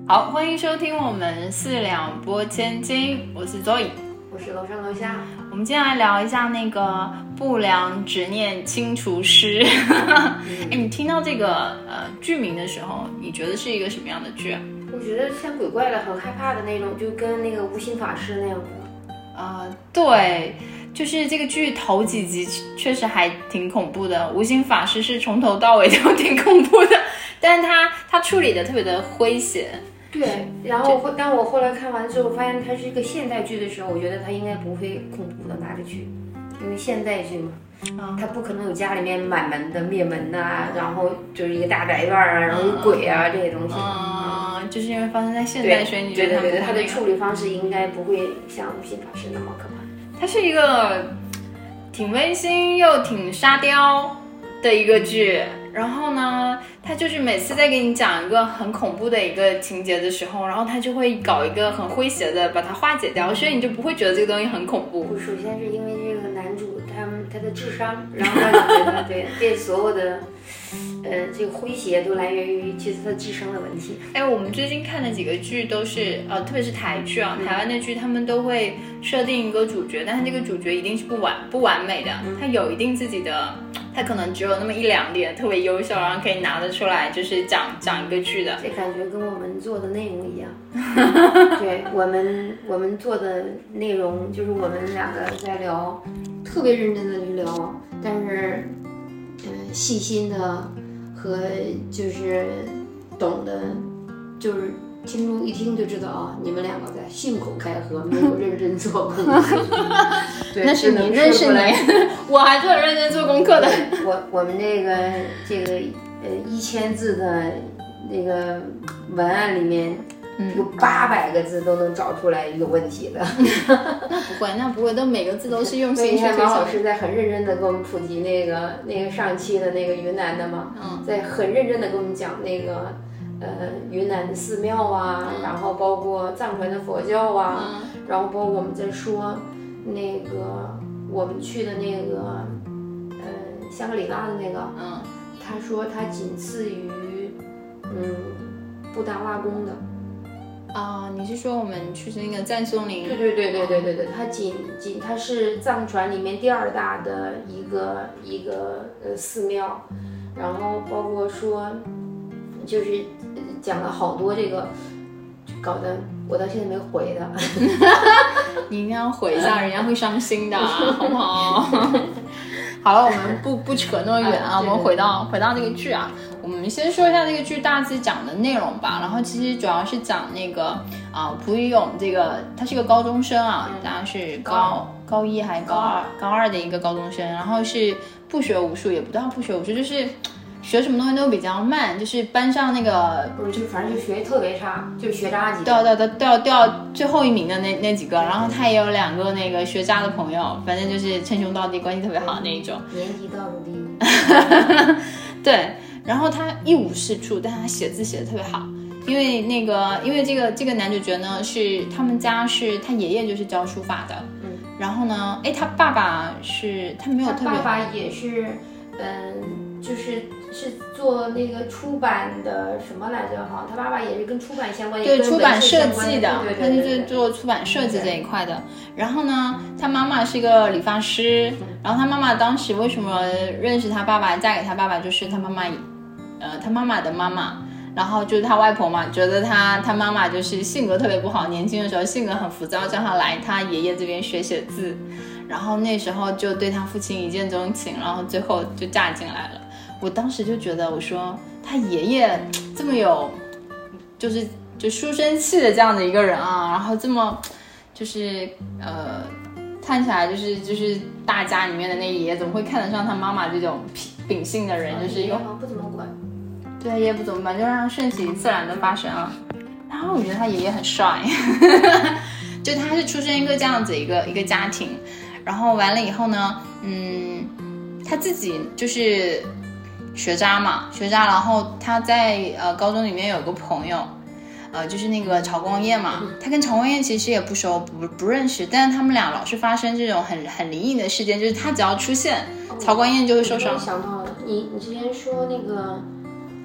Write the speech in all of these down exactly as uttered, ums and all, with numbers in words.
好，欢迎收听我们四两拨千斤，我是 Zoe， 我是楼上楼下。 我们今天来聊一下那个不良执念清除师。哎，你听到这个呃剧名的时候，你觉得是一个什么样的剧啊？ 我觉得像鬼怪的，很害怕的那种，就跟那个无心法师那样的。 呃，对，就是这个剧头几集确实还挺恐怖的，无心法师是从头到尾都挺恐怖的，但是他他处理的特别的诙谐。对， 然后当我后来看完之后，发现它是一个现代剧的时候，我觉得它应该不会恐怖的拿着去，因为现代剧嘛，嗯、它不可能有家里面满门的灭门呐、啊，然后就是一个大宅院啊，然后有鬼啊、嗯、这些东西。 嗯，就是因为发生在现代，所以你觉得它对对对，它的处理方式应该不会像无心法师那么可怕。 它是一个挺温馨又挺沙雕的一个剧。然后呢，他就是每次在给你讲一个很恐怖的一个情节的时候，然后他就会搞一个很诙谐的把它化解掉，所以你就不会觉得这个东西很恐怖。 首先是因为这个男主他他的智商，然后让你觉得对对所有的呃这个诙谐都来源于其实他智商的问题。 哎，我们最近看的几个剧都是呃，特别是台剧啊，台湾的剧他们都会设定一个主角，但是这个主角一定是不完不完美的，他有一定自己的。他可能只有那么一两点特别优秀，然后可以拿得出来，就是讲讲一个剧的。 这感觉跟我们做的内容一样。对，我们我们做的内容就是我们两个在聊，特别认真的去聊，但是，嗯、呃，细心的和就是懂的，就是听众一听就知道啊，你们两个在信口开河，没有认真做功课。对， 那是你，那是你，我还是很认真做功课的。 我我们这个这个呃一千字的那个文案里面，有八百个字都能找出来有问题的。 那不会，那不会，都每个字都是用心去推敲。马老师在很认真的给我们普及那个那个上期的那个云南的嘛，嗯、在很认真的给我们讲那个。呃，云南的寺庙啊，嗯、然后包括藏传的佛教啊，嗯、然后包括我们在说那个我们去的那个呃香格里拉的那个，嗯，他说他仅次于嗯布达拉宫的。 啊、呃，你是说我们去的那个赞松林？ 对对对对对对对，它仅仅它是藏传里面第二大的一个一个呃寺庙，然后包括说就是讲了好多这个，搞得我到现在没回的。 你应该要回一下，人家会伤心的，好不好？好了，我们不不扯那么远啊，我们回到回到这个剧啊。我们先说一下这个剧大致讲的内容吧。然后其实主要是讲那个啊，蒲一勇这个他是个高中生啊，他是高高一还是高二高二的一个高中生，然后是不学无术，也不叫不学无术，就是学什么东西都比较慢，就是班上那个不是，就反正就学特别差，就学渣级， 掉掉掉掉掉最后一名的那那几个。然后他也有两个那个学渣的朋友，反正就是称兄道弟，关系特别好的那一种， 年级倒数第一。 对。然后他一无是处，但他写字写的特别好，因为那个，因为这个这个男主角呢是他们家是他爷爷就是教书法的，嗯，然后呢，哎，他爸爸是他没有特别， 他爸爸也是，嗯，就是是做那个出版的什么来着哈，他爸爸也是跟出版相关， 对，出版设计的， 他就是做出版设计这一块的。然后呢，他妈妈是一个理发师，然后他妈妈当时为什么认识他爸爸，嫁给他爸爸，就是他妈妈。呃，他妈妈的妈妈，然后就是他外婆嘛，觉得他他妈妈就是性格特别不好，年轻的时候性格很浮躁，叫他来他爷爷这边学写字，然后那时候就对他父亲一见钟情，然后最后就嫁进来了。我当时就觉得，我说他爷爷这么有，就是就书生气的这样的一个人啊，然后这么就是呃，看起来就是就是大家里面的那爷爷，怎么会看得上他妈妈这种秉性的人，就是一个不怎么管。 对，爷爷不怎么办，就让顺其自然的发生啊。然后我觉得他爷爷很帅，就他是出生一个这样子一个一个家庭，然后完了以后呢，嗯，他自己就是学渣嘛，学渣，然后他在呃高中里面有个朋友，呃，就是那个曹光彦嘛，他跟曹光彦其实也不熟，不不认识，但是他们俩老是发生这种很很灵异的事件，就是他只要出现，曹光彦就会受伤。 想到了，你你之前说那个。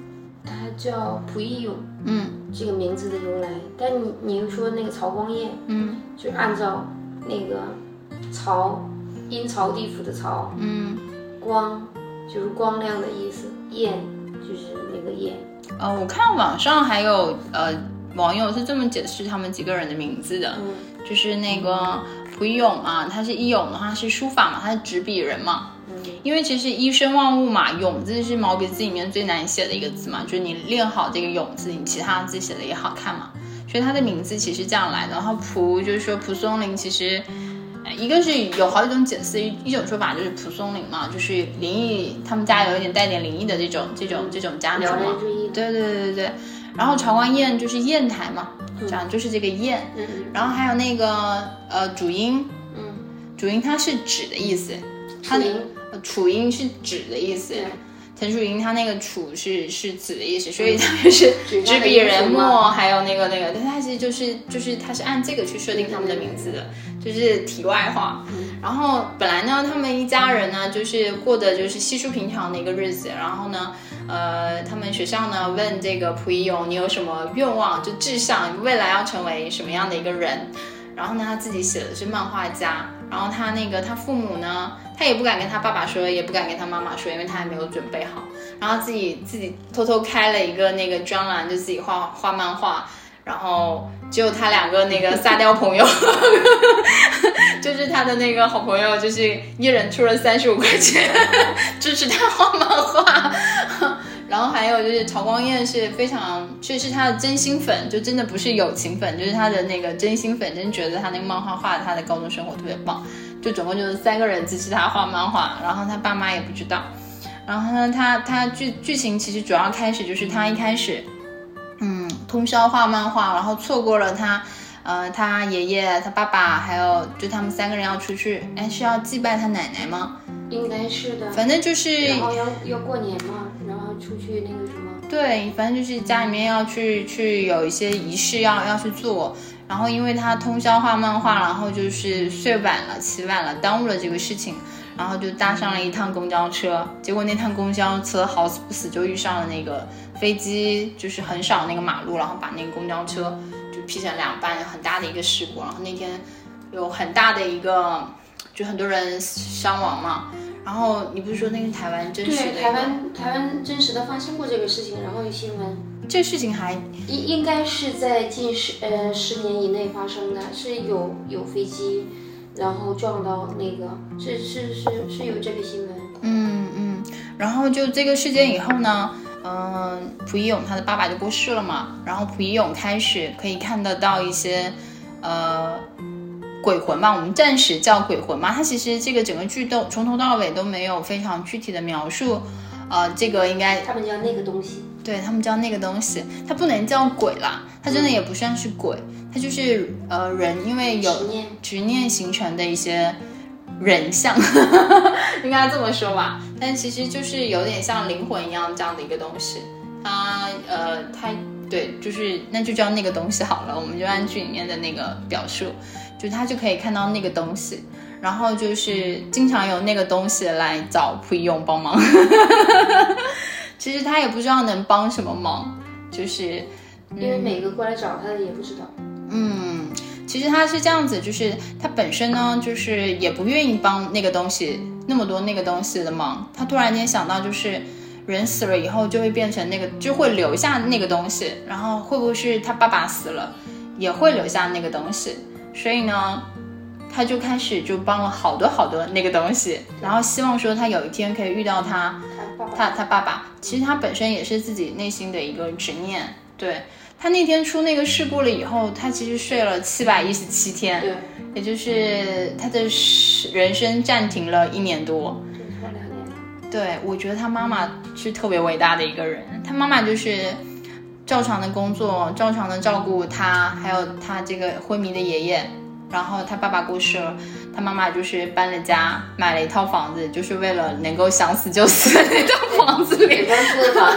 他叫蒲一永， 嗯， 这个名字的由来。但你你又说那个曹光彦， 嗯， 就按照那个曹，阴曹地府的曹， 嗯， 光就是光亮的意思，彦就是那个彦。 呃，我看网上还有呃网友是这么解释他们几个人的名字的， 嗯， 就是那个蒲一永嘛，他是一永的话是书法嘛，他是执笔人嘛。因为其实一生万物嘛，永字是毛笔字里面最难写的一个字嘛，就是你练好这个永字，你其他字写的也好看嘛，所以他的名字其实这样来的。然后蒲就是说蒲松龄，其实一个是有好几种解释，一种说法就是蒲松龄嘛，就是灵异，他们家有一点带点灵异的这种这种这种家族嘛，对对对对对。然后曹光彦就是砚台嘛，讲就是这个砚， 嗯， 然后还有那个呃主音， 嗯， 主音它是指的意思，它楚音是指的意思，陈楚音他那个楚是是子的意思，所以他就是执笔人墨，还有那个那个，但他其实就是就是他是按这个去设定他们的名字的，就是题外话。然后本来呢，他们一家人呢就是过的就是稀疏平常的一个日子，然后呢，呃，他们学校呢问这个蒲一永你有什么愿望，就志向，未来要成为什么样的一个人。然后呢，他自己写的是漫画家，然后他那个他父母呢，他也不敢跟他爸爸说，也不敢跟他妈妈说，因为他还没有准备好。然后自己自己偷偷开了一个那个专栏，就自己画画漫画，然后只有他两个那个撒娇朋友，就是他的那个好朋友，就是一人出了三十五块钱支持他画漫画。然后还有就是曹光彦是非常，这是他的真心粉，就真的不是友情粉，就是他的那个真心粉，真觉得他那个漫画画的他的高中生活特别棒。就总共就是三个人支持他画漫画，然后他爸妈也不知道。然后呢，他他剧剧情其实主要开始就是他一开始，嗯，通宵画漫画，然后错过了他，呃，他爷爷、他爸爸，还有就他们三个人要出去，哎，是要祭拜他奶奶吗？ 应该是的， 反正就是然后要要过年嘛，然后出去那个什么， 对，反正就是家里面要去去有一些仪式要要去做，然后因为他通宵画漫画，然后就是睡晚了起晚了，耽误了这个事情，然后就搭上了一趟公交车，结果那趟公交车好死不死就遇上了那个飞机，就是很少那个马路，然后把那个公交车就劈成两半，很大的一个事故，然后那天有很大的一个就很多人伤亡嘛。然后你不是说那是台湾真实的？ 对，台湾台湾真实的发生过这个事情，然后有新闻。 这事情还应应该是在近十呃十年以内发生的，是有有飞机，然后撞到那个，是是是是有这个新闻。 嗯嗯。然后就这个事件以后呢，嗯、呃，蒲一永他的爸爸就过世了嘛，然后蒲一永开始可以看得到一些，呃。鬼魂嘛，我们暂时叫鬼魂嘛，它其实这个整个剧都从头到尾都没有非常具体的描述，呃，这个应该他们叫那个东西， 对他们叫那个东西，它不能叫鬼啦，它真的也不算是鬼，它就是呃人因为有执念执念形成的一些人像，应该这么说吧，但其实就是有点像灵魂一样这样的一个东西，它呃它对，就是那就叫那个东西好了，我们就按剧里面的那个表述。就他就可以看到那个东西，然后就是经常有那个东西来找蒲一永帮忙。其实他也不知道能帮什么忙，就是、 嗯、因为每个过来找他的也不知道。 嗯，其实他是这样子，就是他本身呢，就是也不愿意帮那个东西那么多那个东西的忙。他突然间想到，就是人死了以后就会变成那个，就会留下那个东西，然后会不会是他爸爸死了也会留下那个东西？所以呢，他就开始就帮了好多好多那个东西，然后希望说他有一天可以遇到他，他他爸爸。其实他本身也是自己内心的一个执念。对，他那天出那个事故了以后，他其实睡了七百一十七天， 对， 也就是他的人生暂停了一年多。对，我觉得他妈妈是特别伟大的一个人，他妈妈就是。照常的工作，照常的照顾他，还有他这个昏迷的爷爷。然后他爸爸过世了，他妈妈就是搬了家，买了一套房子，就是为了能够想死就死的那套房子里。 北方租的房子，然后房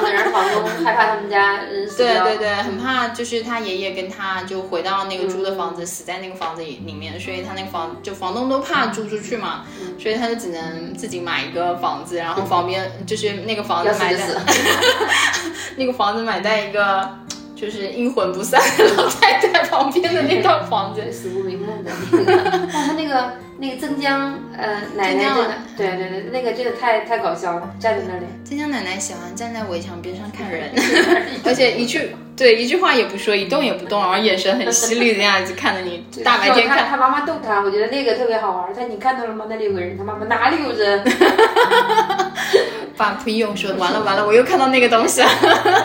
房东害怕他们家人死掉， 对对对，很怕就是他爷爷跟他就回到那个租的房子，嗯、死在那个房子里面，所以他那个房就房东都怕租出去嘛，嗯、所以他就只能自己买一个房子，然后旁边就是那个房子买在那个房子买在一个就是阴魂不散的老太太旁边的那套房子， 死不瞑目的那个，但他那个那个曾江呃奶奶真的，对对对，那个真的太太搞笑了，站在那里。 曾江奶奶喜欢站在围墙边上看人，而且一句对一句话也不说，一动也不动，然后眼神很犀利的样子看着你，大白天看。 他妈妈逗他，我觉得那个特别好玩。他你看到了吗？那里有个人，他妈妈哪里有人？ 把蒲一勇说完了完了，我又看到那个东西了。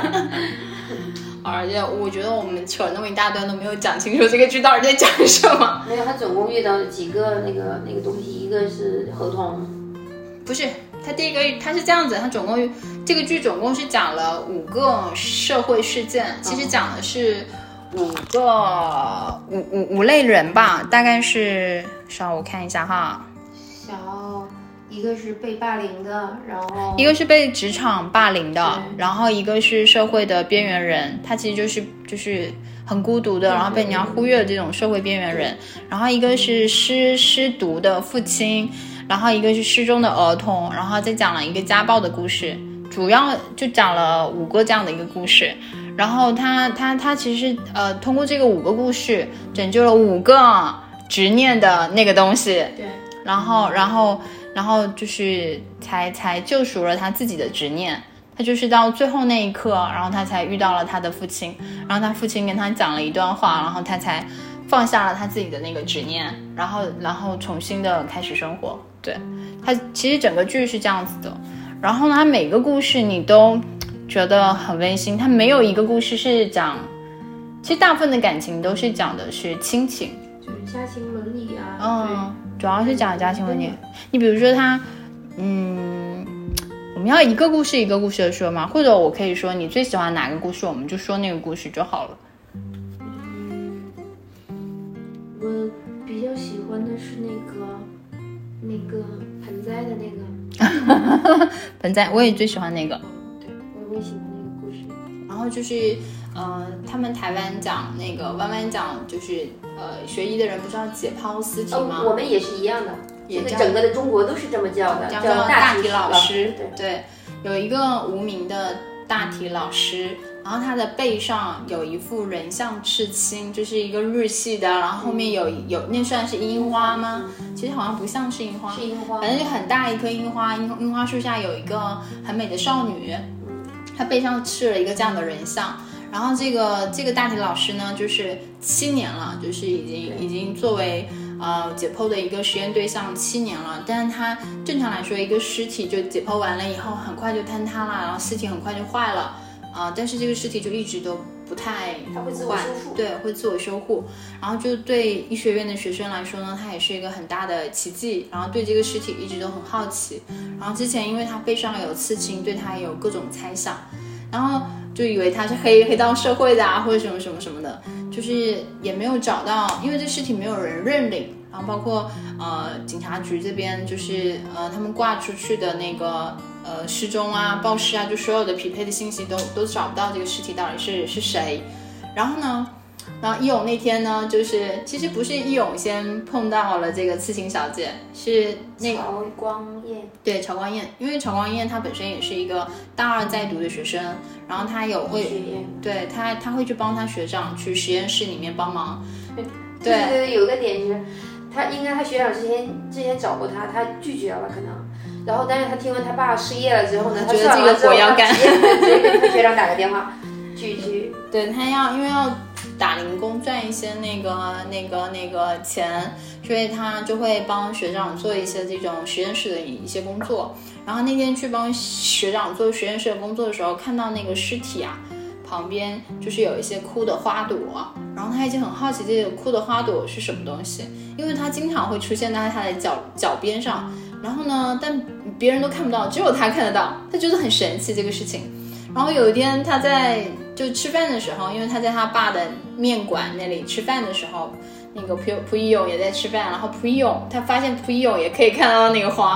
而且我觉得我们扯了那么一大段都没有讲清楚这个剧到底在讲什么。 没有，他总共遇到了几个那个那个东西，一个是合同， 不是他第一个他是这样子，他总共这个剧总共是讲了五个社会事件，其实讲的是五个五五五类人吧，大概是稍我看一下哈， 小。一个是被霸凌的，然后一个是被职场霸凌的，然后一个是社会的边缘人，他其实就是就是很孤独的，然后被人家忽略的这种社会边缘人，然后一个是失失独的父亲，然后一个是失踪的儿童，然后再讲了一个家暴的故事，主要就讲了五个这样的一个故事。然后他他他其实呃通过这个五个故事拯救了五个执念的那个东西， 对， 然后然后然后就是才才救赎了他自己的执念。他就是到最后那一刻，然后他才遇到了他的父亲，然后他父亲跟他讲了一段话，然后他才放下了他自己的那个执念，然后然后重新的开始生活。对，他其实整个剧是这样子的。然后呢，他每个故事你都觉得很温馨，他没有一个故事是讲，其实大部分的感情都是讲的是亲情， 就是家庭伦理啊。 嗯，主要是讲家庭伦理。你比如说他，嗯，我们要一个故事一个故事的说嘛，或者我可以说你最喜欢哪个故事，我们就说那个故事就好了。 嗯，我比较喜欢的是那个那个盆栽的那个。 盆栽，我也最喜欢那个。 对，我也喜欢那个故事。 然后就是，呃，他们台湾讲那个弯弯讲，就是呃，学医的人不是要解剖尸体吗？ 哦，我们也是一样的， 也这个整个的中国都是这么叫的， 叫大体老师。 对对，有一个无名的大体老师。然后他的背上有一副人像刺青，就是一个日系的，然后后面有有那算是樱花吗？其实好像不像是樱花， 是樱花， 反正就很大一棵樱花，樱樱花树下有一个很美的少女，她背上刺了一个这样的人像。然后这个这个大体老师呢，就是七年了，就是已经已经作为呃解剖的一个实验对象七年了，但是他正常来说，一个尸体就解剖完了以后，很快就坍塌了，然后尸体很快就坏了。啊、呃，但是这个尸体就一直都不太， 它会自我修复， 对，会自我修复。然后就对医学院的学生来说呢，它也是一个很大的奇迹。然后对这个尸体一直都很好奇。然后之前因为他背上有刺青，对他也有各种猜想，然后就以为他是黑黑道社会的啊，或者什么什么什么的，就是也没有找到，因为这尸体没有人认领。然后包括呃警察局这边，就是呃他们挂出去的那个。呃，失踪啊，报失啊，就所有的匹配的信息都都找不到这个尸体到底是是谁。然后呢，然后义勇那天呢，就是其实不是义勇先碰到了这个刺青小姐，是那个曹光彦。 对，曹光彦，因为曹光彦他本身也是一个大二在读的学生，然后他有会对他他会去帮他学长去实验室里面帮忙。 对对对，有个点是，他应该他学长之前之前找过他，他拒绝了可能。然后，但是他听完他爸失业了之后呢，他觉得这个活要干， 直接给他学长打个电话，去去， 对他要因为要打零工赚一些那个那个那个钱，所以他就会帮学长做一些这种实验室的一些工作。然后那天去帮学长做实验室的工作的时候，看到那个尸体啊，旁边就是有一些枯的花朵，然后他已经很好奇这个枯的花朵是什么东西，因为他经常会出现在他的脚脚边上。然后呢，但别人都看不到，只有他看得到，他觉得很神奇这个事情。然后有一天他在就吃饭的时候，因为他在他爸的面馆那里吃饭的时候，那个蒲蒲一勇也在吃饭，然后蒲一勇他发现蒲一勇也可以看到那个花，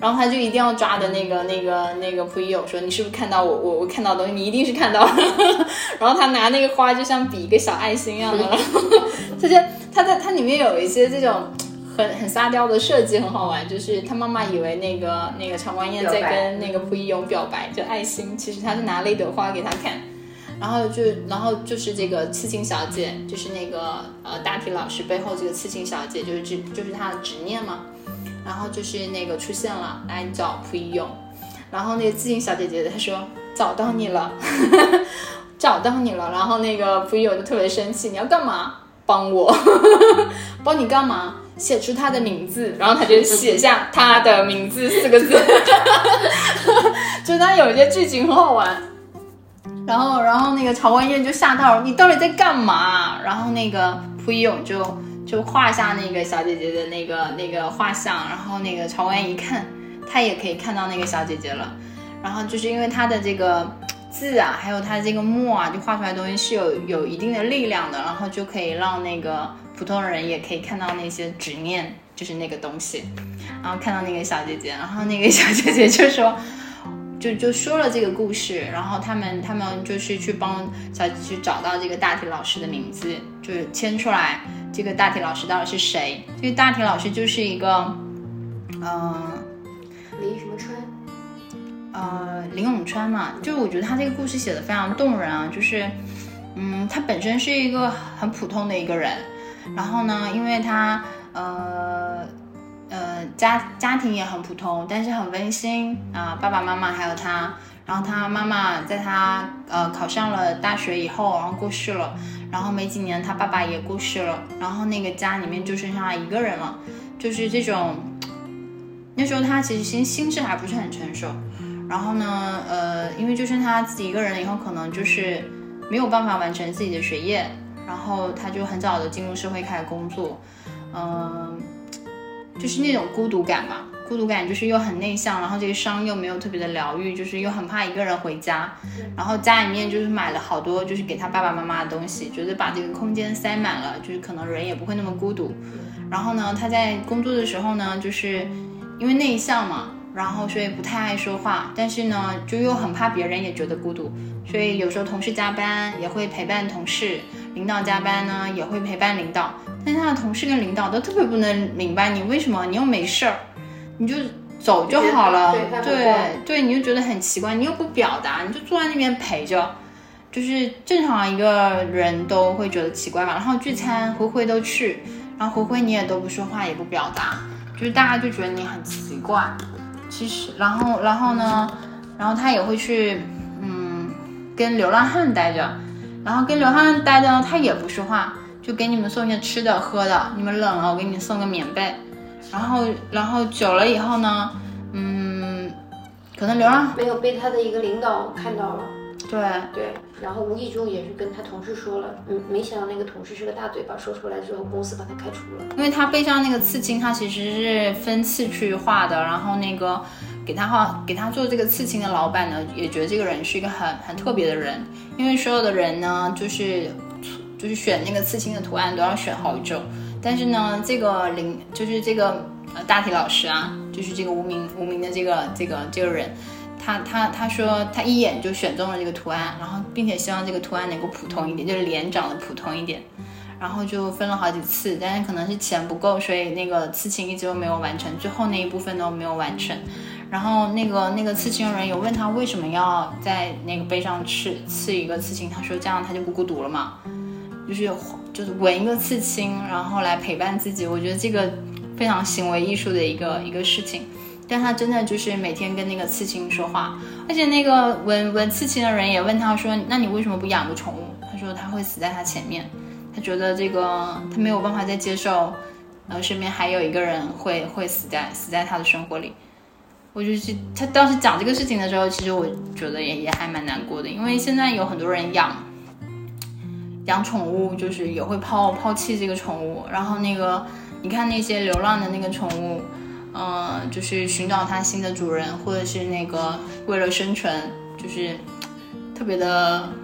然后他就一定要抓的那个那个那个仆役友说你是不是看到我我我看到的东西，你一定是看到了然后他拿那个花就像比一个小爱心一样的，然后他就他在它里面有一些这种很很撒娇的设计，很好玩，就是他妈妈以为那个那个长官燕在跟那个仆役勇表白，就爱心，其实他是拿了一朵花给他看，然后就然后就是这个刺青小姐，就是那个呃大体老师背后这个刺青小姐，就是就是她的执念嘛，然后就是那个出现了来找仆役勇，然后那个刺青小姐姐她说找到你了找到你了，然后那个仆役勇就特别生气，你要干嘛？帮我帮你干嘛？写出他的名字，然后他就写下他的名字四个字就是他有一些剧情很好玩，然后然后那个曹文燕就吓到了，你到底在干嘛？然后那个仆役勇就就画下那个小姐姐的那个那个画像，然后那个曹文燕一看，他也可以看到那个小姐姐了，然后就是因为他的这个字啊，还有他的这个墨啊，就画出来的东西是有有一定的力量的，然后就可以让那个普通人也可以看到那些执念，就是那个东西，然后看到那个小姐姐，然后那个小姐姐就说就就说了这个故事，然后他们他们就是去帮小姐姐去找到这个大体老师的名字，就是牵出来这个大体老师到底是谁。这个大体老师就是一个嗯、呃、 李什么川呃，林永川嘛，就我觉得他这个故事写的非常动人啊，就是，嗯，他本身是一个很普通的一个人，然后呢，因为他呃呃家家庭也很普通，但是很温馨啊、呃，爸爸妈妈还有他，然后他妈妈在他呃考上了大学以后，然后过世了，然后没几年他爸爸也过世了，然后那个家里面就剩下他一个人了，就是这种，那时候他其实心心智还不是很成熟。然后呢，呃，因为就剩他自己一个人以后，可能就是没有办法完成自己的学业，然后他就很早的进入社会开始工作，嗯、呃，就是那种孤独感吧，孤独感就是又很内向，然后这个伤又没有特别的疗愈，就是又很怕一个人回家，然后家里面就是买了好多就是给他爸爸妈妈的东西，觉得把这个空间塞满了，就是可能人也不会那么孤独。然后呢，他在工作的时候呢，就是因为内向嘛。然后所以不太爱说话，但是呢就又很怕别人也觉得孤独，所以有时候同事加班也会陪伴同事，领导加班呢也会陪伴领导，但是他的同事跟领导都特别不能明白你为什么，你又没事儿你就走就好了，对对对，你就觉得很奇怪，你又不表达，你就坐在那边陪着，就是正常一个人都会觉得奇怪吧。然后聚餐回回都去，然后回回你也都不说话也不表达，就是大家就觉得你很奇怪。其实，然后，然后呢，然后他也会去，嗯，跟流浪汉待着，然后跟流浪汉待着呢，他也不说话，就给你们送些吃的喝的，你们冷了，我给你们送个棉被，然后，然后久了以后呢，嗯，可能流浪没有被他的一个领导看到了， 对对，然后无意中也是跟他同事说了，嗯，没想到那个同事是个大嘴巴，说出来之后，公司把他开除了。 因为他背上那个刺青，他其实是分次去画的，然后那个给他画、给他做这个刺青的老板呢，也觉得这个人是一个很很特别的人，因为所有的人呢，就是就是选那个刺青的图案都要选好久，但是呢，这个林就是这个呃大体老师啊，就是这个无名无名的这个这个这个人。他他他说他一眼就选中了这个图案，然后并且希望这个图案能够普通一点，就是脸长得普通一点，然后就分了好几次，但是可能是钱不够，所以那个刺青一直都没有完成，最后那一部分都没有完成。然后那个那个刺青人有问他为什么要在那个背上刺刺一个刺青，他说这样他就不孤独了嘛，就是就是纹一个刺青，然后来陪伴自己。我觉得这个非常行为艺术的一个一个事情。但他真的就是每天跟那个刺青说话，而且那个纹纹刺青的人也问他说，那你为什么不养个宠物？他说他会死在他前面，他觉得这个他没有办法再接受，呃，身边还有一个人会会死在死在他的生活里。我就是他当时讲这个事情的时候，其实我觉得也也还蛮难过的，因为现在有很多人养养宠物，就是也会抛抛弃这个宠物，然后那个你看那些流浪的那个宠物。嗯，就是寻找它新的主人，或者是那个为了生存，就是特别的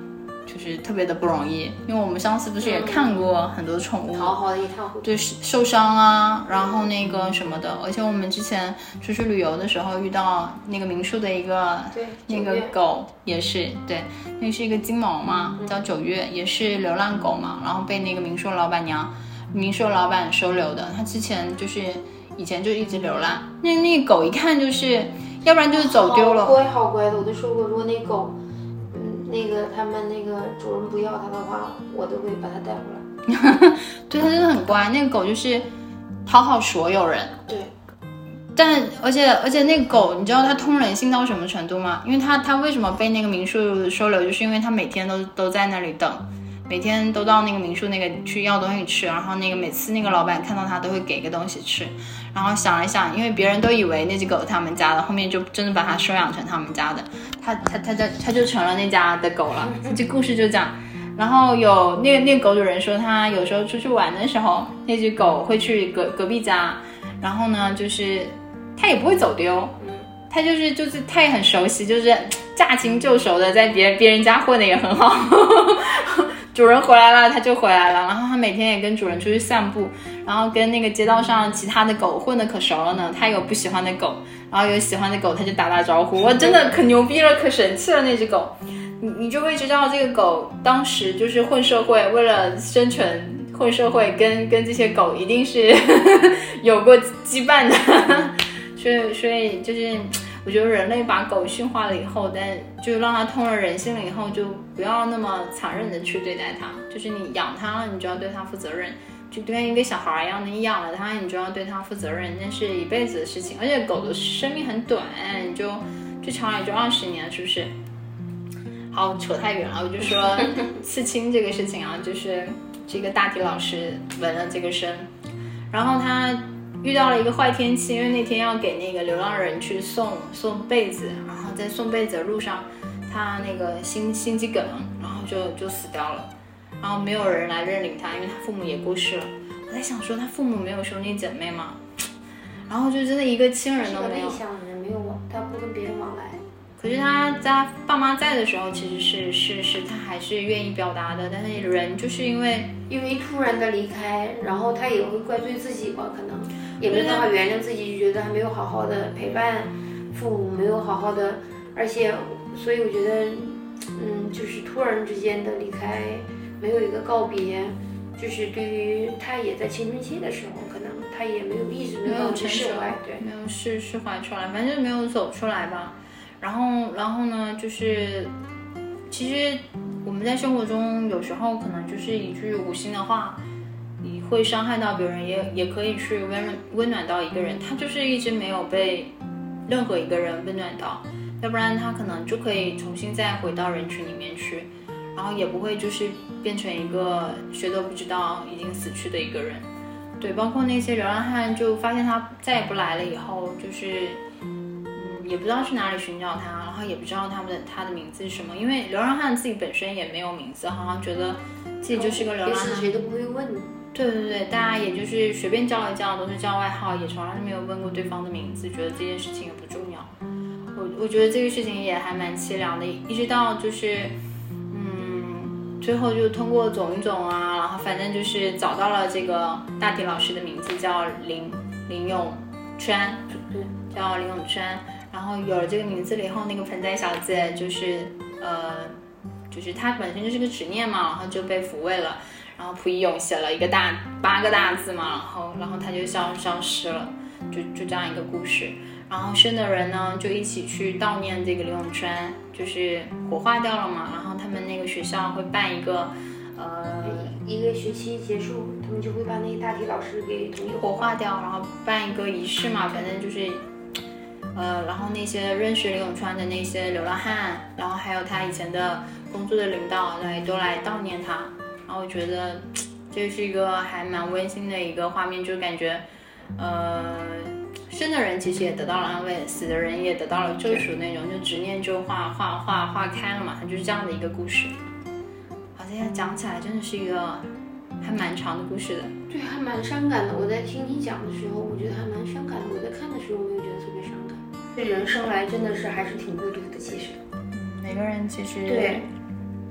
就是特别的不容易，因为我们上次不是也看过很多宠物、 讨好的一塌糊涂， 对，受伤啊，然后那个什么的，而且我们之前出去旅游的时候遇到那个民宿的一个那个狗也是，对，那是一个金毛嘛，叫九月，也是流浪狗嘛，然后被那个民宿老板娘、民宿老板收留的，他之前就是以前就一直流浪，那那狗一看就是，要不然就是走丢了， 好乖好乖的，我都说过，如果那狗。那个他们那个主人不要它的话，我都会把它带回来。对，它真的很乖，那个狗就是讨好所有人。 对。 但而且而且那个狗，你知道它通人性到什么程度吗？因为它它为什么被那个民宿收留，就是因为它每天都都在那里等，每天都到那个民宿那个去要东西吃，然后那个每次那个老板看到它都会给个东西吃。然后想了想，因为别人都以为那只狗是他们家的，后面就真的把它收养成他们家的，它它它就它就成了那家的狗了。这故事就这样。然后有那个那个狗主人说，他有时候出去玩的时候，那只狗会去隔隔壁家，然后呢，就是它也不会走丢，它就是就是它也很熟悉，就是驾轻就熟的在别人别人家混的也很好。主人回来了，它就回来了。然后它每天也跟主人出去散步，然后跟那个街道上其他的狗混得可熟了呢。它有不喜欢的狗，然后有喜欢的狗，它就打打招呼。我真的可牛逼了，可神气了那只狗。你你就会知道这个狗当时就是混社会，为了生存混社会，跟跟这些狗一定是有过羁绊的。所以所以就是。我觉得人类把狗驯化了以后，但就让它通了人性了以后，就不要那么残忍的去对待它。就是你养它了，你就要对它负责任，就跟一个小孩一样的，你养了它，你就要对它负责任，那是一辈子的事情。而且狗的生命很短，你就最长也就二十年，是不是？好，扯太远了，我就说刺青这个事情啊，就是这个大体老师纹了这个身，然后他。遇到了一个坏天气，因为那天要给那个流浪人去送送被子，然后在送被子的路上，他那个心心肌梗，然后就就死掉了，然后没有人来认领他，因为他父母也过世了。我在想说，他父母没有兄弟姐妹吗？然后就真的一个亲人都没有。 内向的人没有往，他不跟别人往来。 可是他在爸妈在的时候，其实是是是他还是愿意表达的，但是人就是因为因为突然的离开，然后他也会怪罪自己吧，可能也没办法原谅自己，就觉得还没有好好的陪伴父母，没有好好的，而且所以我觉得，嗯，就是突然之间的离开，没有一个告别，就是对于他也在青春期的时候，可能他也没有一直没有释怀，对， 没有释释怀出来，反正没有走出来吧。然后，然后呢，就是其实我们在生活中有时候可能就是一句无心的话，你会伤害到别人，也也可以去温温暖到一个人。他就是一直没有被任何一个人温暖到，要不然他可能就可以重新再回到人群里面去，然后也不会就是变成一个谁都不知道已经死去的一个人。对，包括那些流浪汉，就发现他再也不来了以后，就是嗯，也不知道去哪里寻找他，然后也不知道他们的他的名字是什么，因为流浪汉自己本身也没有名字，好像觉得自己就是个流浪汉， 谁都不会问。 对对对，大家也就是随便叫一叫，都是叫外号，也从来没有问过对方的名字，觉得这件事情也不重要。我我觉得这个事情也还蛮凄凉的，一直到就是嗯，最后就通过种种啊，然后反正就是找到了这个大体老师的名字叫林林永川，对，叫林永川。然后有了这个名字了以后，那个盆栽小姐就是呃，就是她本身就是个执念嘛，然后就被抚慰了。然后蒲一永写了一个大八个大字嘛，然后然后他就消消失了，就就这样一个故事。然后生的人呢就一起去悼念这个林永川，就是火化掉了嘛。然后他们那个学校会办一个呃一个学期结束，他们就会把那个大体老师给统一火化掉，然后办一个仪式嘛，反正就是呃，然后那些认识林永川的那些流浪汉，然后还有他以前的工作的领导来都来悼念他。然后我觉得这是一个还蛮温馨的一个画面，就感觉呃生的人其实也得到了安慰，死的人也得到了救赎，那种就执念就化化化化开了嘛，它就是这样的一个故事。好，现在讲起来真的是一个还蛮长的故事的。 对，还蛮伤感的。我在听你讲的时候，我觉得还蛮伤感的。我在看的时候没有觉得特别伤感。这人生来真的是还是挺孤独的，其实。 嗯，每个人其实对。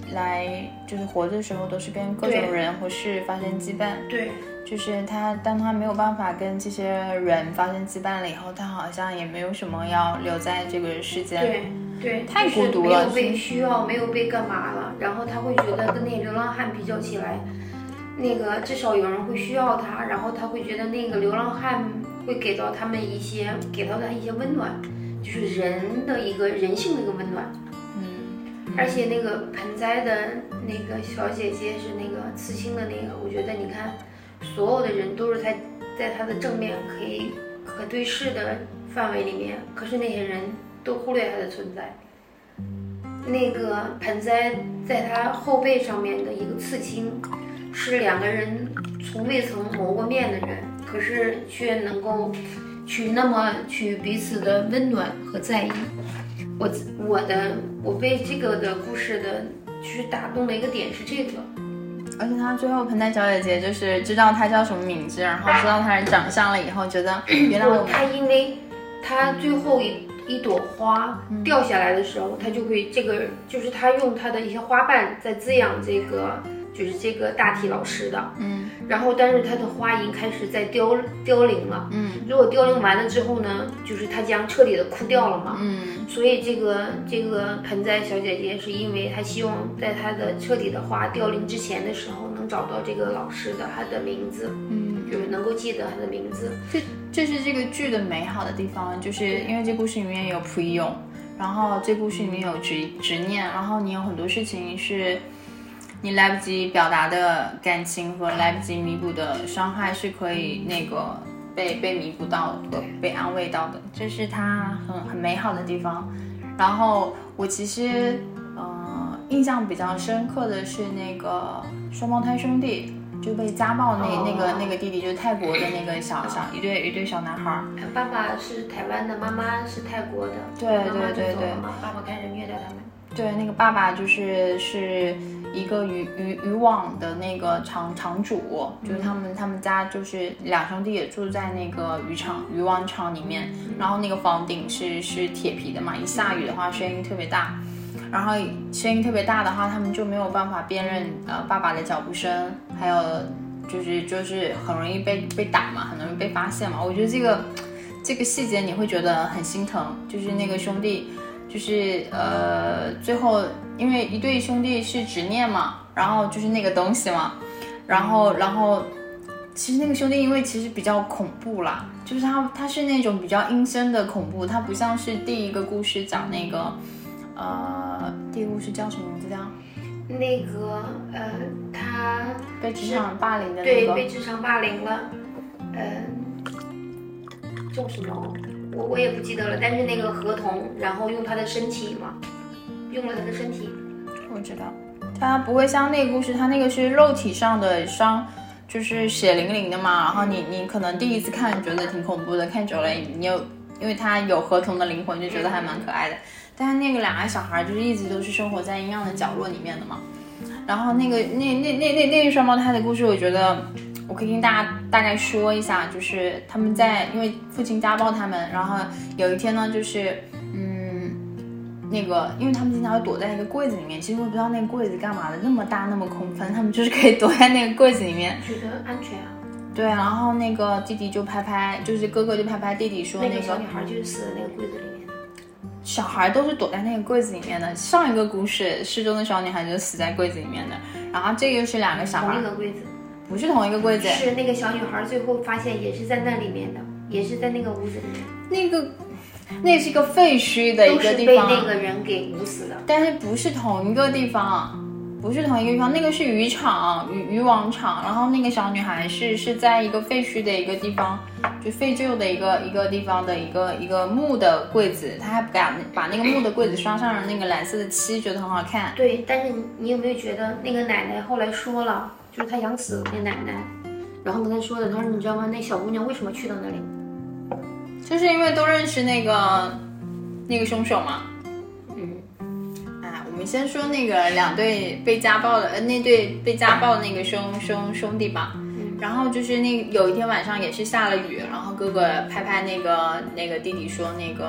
来就是活的时候都是跟各种人或事发生羁绊。 对， 就是他当他没有办法跟这些人发生羁绊了以后，他好像也没有什么要留在这个世间。 对对， 太孤独了， 就是没有被需要，没有被干嘛了，然后他会觉得跟那流浪汉比较起来，那个至少有人会需要他，然后他会觉得那个流浪汉会给到他们一些，给到他一些温暖，就是人的一个人性的一个温暖。 嗯， 而且那个盆栽的那个小姐姐是那个刺青的那个，我觉得你看，所有的人都是在在他的正面可以可对视的范围里面，可是那些人都忽略他的存在。那个盆栽在他后背上面的一个刺青，是两个人从未曾谋过面的人，可是却能够去那么去彼此的温暖和在意。我我的我被这个的故事的就是打动的一个点是这个。 而且他最后盆栽小姐姐就是知道他叫什么名字，然后知道他的长相了以后，觉得原来我他因为他最后一一朵花掉下来的时候，他就会这个就是他用他的一些花瓣在滋养这个就是这个大体老师的， 嗯， 然后但是他的花已经开始在凋凋零了， 嗯， 如果凋零完了之后呢，就是它将彻底的枯掉了嘛， 嗯， 所以这个这个盆栽小姐姐是因为她希望在她的彻底的花凋零之前的时候能找到这个老师的他的名字， 嗯， 就是能够记得他的名字。 这这是这个剧的美好的地方，就是因为这故事里面有朴勇，然后这故事里面有执执念，然后你有很多事情是你来不及表达的感情和来不及弥补的伤害是可以那个被被弥补到和被安慰到的，这是它很很美好的地方。然后我其实呃印象比较深刻的是那个双胞胎兄弟就被家暴那、哦、那个那个弟弟，就是泰国的那个小小一对一对小男孩， 爸爸是台湾的，妈妈是泰国的， 对对对对， 爸爸开始虐待他们。 对，那个爸爸就是是一个渔渔渔网的那个场场主，就是他们他们家就是两兄弟也住在那个渔场渔网场里面，然后那个房顶是是铁皮的嘛，一下雨的话声音特别大，然后声音特别大的话，他们就没有办法辨认呃爸爸的脚步声，还有就是就是很容易被被打嘛，很容易被发现嘛。我觉得这个这个细节你会觉得很心疼，就是那个兄弟。就是呃，最后因为一对兄弟是执念嘛，然后就是那个东西嘛，然后然后其实那个兄弟因为其实比较恐怖啦，就是他他是那种比较阴森的恐怖，他不像是第一个故事讲那个呃，第一个故事叫什么名字的？ 那个呃，他被职场霸凌的那个， 对，被职场霸凌了，呃，叫什么？我我也不记得了，但是那个合同，然后用他的身体嘛，用了他的身体。 我知道，他不会像那个故事，他那个是肉体上的伤，就是血淋淋的嘛。然后你你可能第一次看觉得挺恐怖的，看久了你有，因为他有合同的灵魂，就觉得还蛮可爱的。但是那个两个小孩就是一直都是生活在阴暗的角落里面的嘛。然后那个那那那那那个双胞胎的故事，我觉得。我可以跟大家大概说一下，就是他们在因为父亲家暴他们，然后有一天呢，就是嗯，那个因为他们经常会躲在一个柜子里面，其实我不知道那个柜子干嘛的，那么大那么空，反正他们就是可以躲在那个柜子里面， 觉得安全啊。 对，然后那个弟弟就拍拍，就是哥哥就拍拍弟弟说，那个、 那个小女孩就是死在那个柜子里面。 小孩都是躲在那个柜子里面的。上一个故事失踪的小女孩就是死在柜子里面的，然后这个是两个小孩， 同一个柜子。 不是同一个柜子， 是那个小女孩最后发现也是在那里面的，也是在那个屋子里面。 那个，那是一个废墟的一个地方， 都是被那个人给捂死的。 但是不是同一个地方，不是同一个地方，那个是渔场渔渔网场，然后那个小女孩是是在一个废墟的一个地方，就废旧的一个一个地方的一个一个木的柜子，她还把把那个木的柜子刷上了那个蓝色的漆，觉得很好看。 对，但是你有没有觉得那个奶奶后来说了？就是他养死了那奶奶，然后跟他说的，他说你知道吗？那小姑娘为什么去到那里？ 就是因为都认识那个那个凶手嘛。 嗯， 哎，我们先说那个两对被家暴的，呃，那对被家暴的那个兄兄兄弟吧。 嗯， 然后就是那有一天晚上也是下了雨，然后哥哥拍拍那个那个弟弟说那个，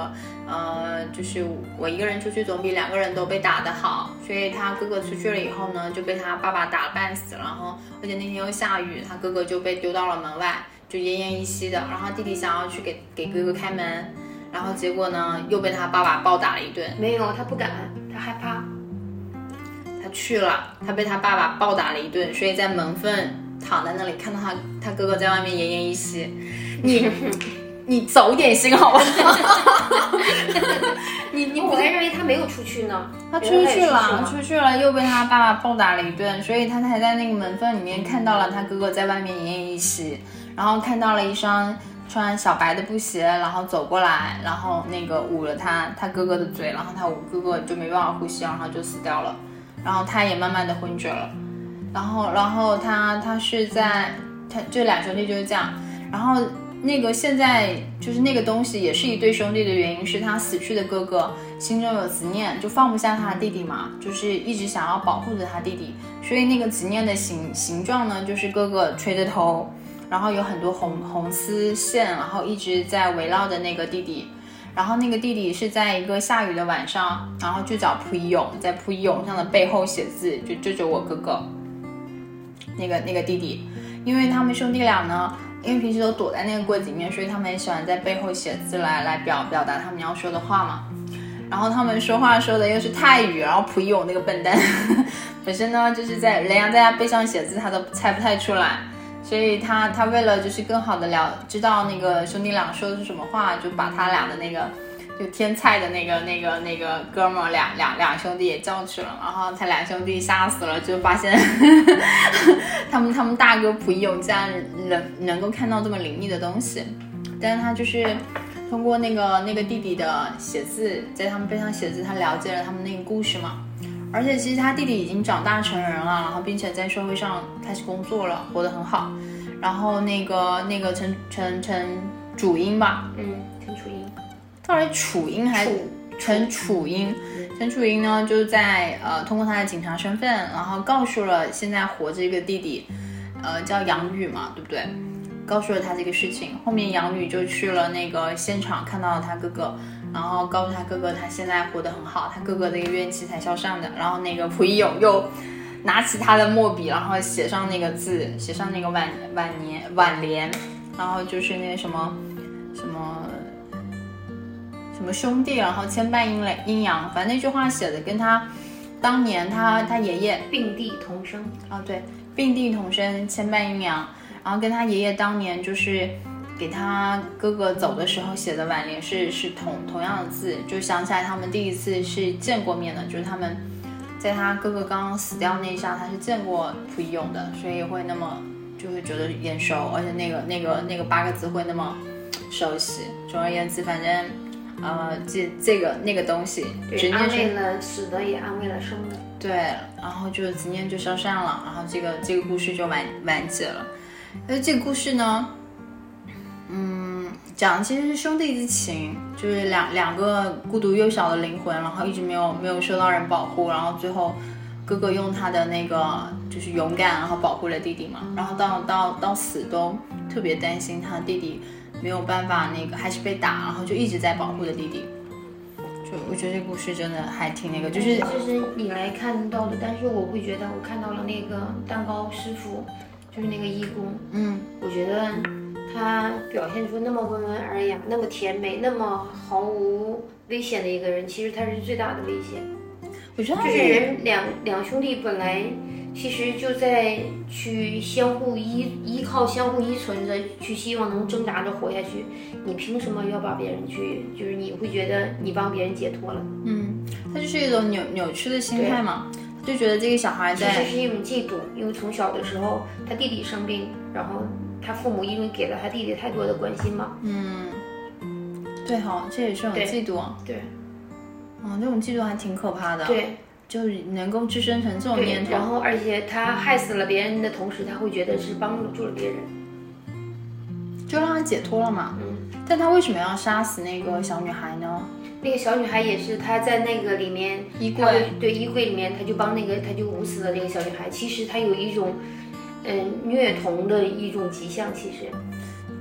呃，就是我一个人出去总比两个人都被打得好，所以他哥哥出去了以后呢，就被他爸爸打了半死，然后而且那天又下雨，他哥哥就被丢到了门外，就奄奄一息的。然后他弟弟想要去给给哥哥开门，然后结果呢又被他爸爸暴打了一顿。 没有，他不敢，他害怕。 他去了，他被他爸爸暴打了一顿，所以在门缝躺在那里，看到他他哥哥在外面奄奄一息。你你走点心好不好？你你我还认为他没有出去呢。 他出去了，出去了，又被他爸爸暴打了一顿，所以他才在那个门缝里面看到了他哥哥在外面奄奄一息，然后看到了一双穿小白的布鞋，然后走过来，然后那个捂了他他哥哥的嘴，然后他哥哥就没办法呼吸，然后就死掉了，然后他也慢慢的昏厥了，然后然后他他是在他这两兄弟就是这样，然后那个现在就是那个东西也是一对兄弟的原因是他死去的哥哥心中有执念，就放不下他的弟弟嘛，就是一直想要保护着他弟弟，所以那个执念的形形状呢，就是哥哥垂着头，然后有很多红红丝线，然后一直在围绕着那个弟弟，然后那个弟弟是在一个下雨的晚上，然后去找蒲一勇，在蒲一勇上的背后写字，就救救我哥哥。那个那个弟弟，因为他们兄弟俩呢，因为平时都躲在那个柜子里面，所以他们也喜欢在背后写字来来表表达他们要说的话嘛。然后他们说话说的又是泰语，然后蒲一勇那个笨蛋本身呢就是在人家在他背上写字，他都猜不太出来。所以他他为了就是更好的了知道那个兄弟俩说的是什么话，就把他俩的那个就天菜的那个那个那个哥们儿俩俩俩兄弟也叫去了，然后他俩兄弟吓死了，就发现他们他们大哥蒲一勇竟然能能够看到这么灵异的东西，但是他就是通过那个那个弟弟的写字，在他们背上写字，他了解了他们那个故事嘛。而且其实他弟弟已经长大成人了，然后并且在社会上开始工作了，活得很好。然后那个那个陈陈陈楚英吧， 嗯，陈楚英， 到底楚英还是陈楚英？陈楚英呢，就在呃通过他的警察身份，然后告诉了现在活着一个弟弟，呃叫杨宇嘛，对不对？告诉了他这个事情。后面杨宇就去了那个现场，看到了他哥哥。然后告诉他哥哥他现在活得很好，他哥哥这个怨气才消散的。然后那个蒲一勇又拿起他的墨笔，然后写上那个字，写上那个晚晚年晚年，然后就是那个什么什么什么兄弟，然后牵绊阴阴阳，反正那句话写的跟他当年他他爷爷并蒂同生啊，对，并蒂同生，牵绊阴阳，然后跟他爷爷当年就是给他哥哥走的时候写的挽联是是同同样的字，就想起来他们第一次是见过面的，就是他们在他哥哥刚刚死掉那一下，他是见过蒲一勇的，所以会那么就会觉得眼熟，而且那个那个那个八个字会那么熟悉。总而言之，反正呃这这个那个东西， 对，安慰了死的，也安慰了生的。 对，然后就执念就消散了，然后这个这个故事就完完结了。而这个故事呢，嗯，讲的其实是兄弟之情，就是两两个孤独幼小的灵魂，然后一直没有没有受到人保护，然后最后哥哥用他的那个就是勇敢，然后保护了弟弟嘛，然后到到到死都特别担心他弟弟没有办法那个还是被打，然后就一直在保护着弟弟。就我觉得这故事真的还挺那个，就是这是你来看到的，但是我会觉得我看到了那个蛋糕师傅，就是那个义工， 嗯， 我觉得他表现出那么温文尔雅，那么甜美，那么毫无危险的一个人，其实他是最大的危险。 我觉得就是人两两兄弟本来其实就在去相互依依靠、相互依存着，去希望能挣扎着活下去。你凭什么要把别人去？就是你会觉得你帮别人解脱了？ 嗯，他就是一种扭扭曲的心态嘛，就觉得这个小孩在其实是一种嫉妒，因为从小的时候他弟弟生病，然后他父母因为给了他弟弟太多的关心嘛。 嗯，对哈、哦，这也是种嫉妒啊。 对。 哦，这种嫉妒还挺可怕的。 对。 就是能够滋生成这种念头， 然后而且他害死了别人的同时，他会觉得是帮助了别人， 就让他解脱了嘛。 嗯， 但他为什么要杀死那个小女孩呢？ 那个小女孩也是他在那个里面衣柜， 对衣柜里面，他就帮那个他就捂死了这个小女孩。其实他有一种，嗯，虐童的一种迹象。其实，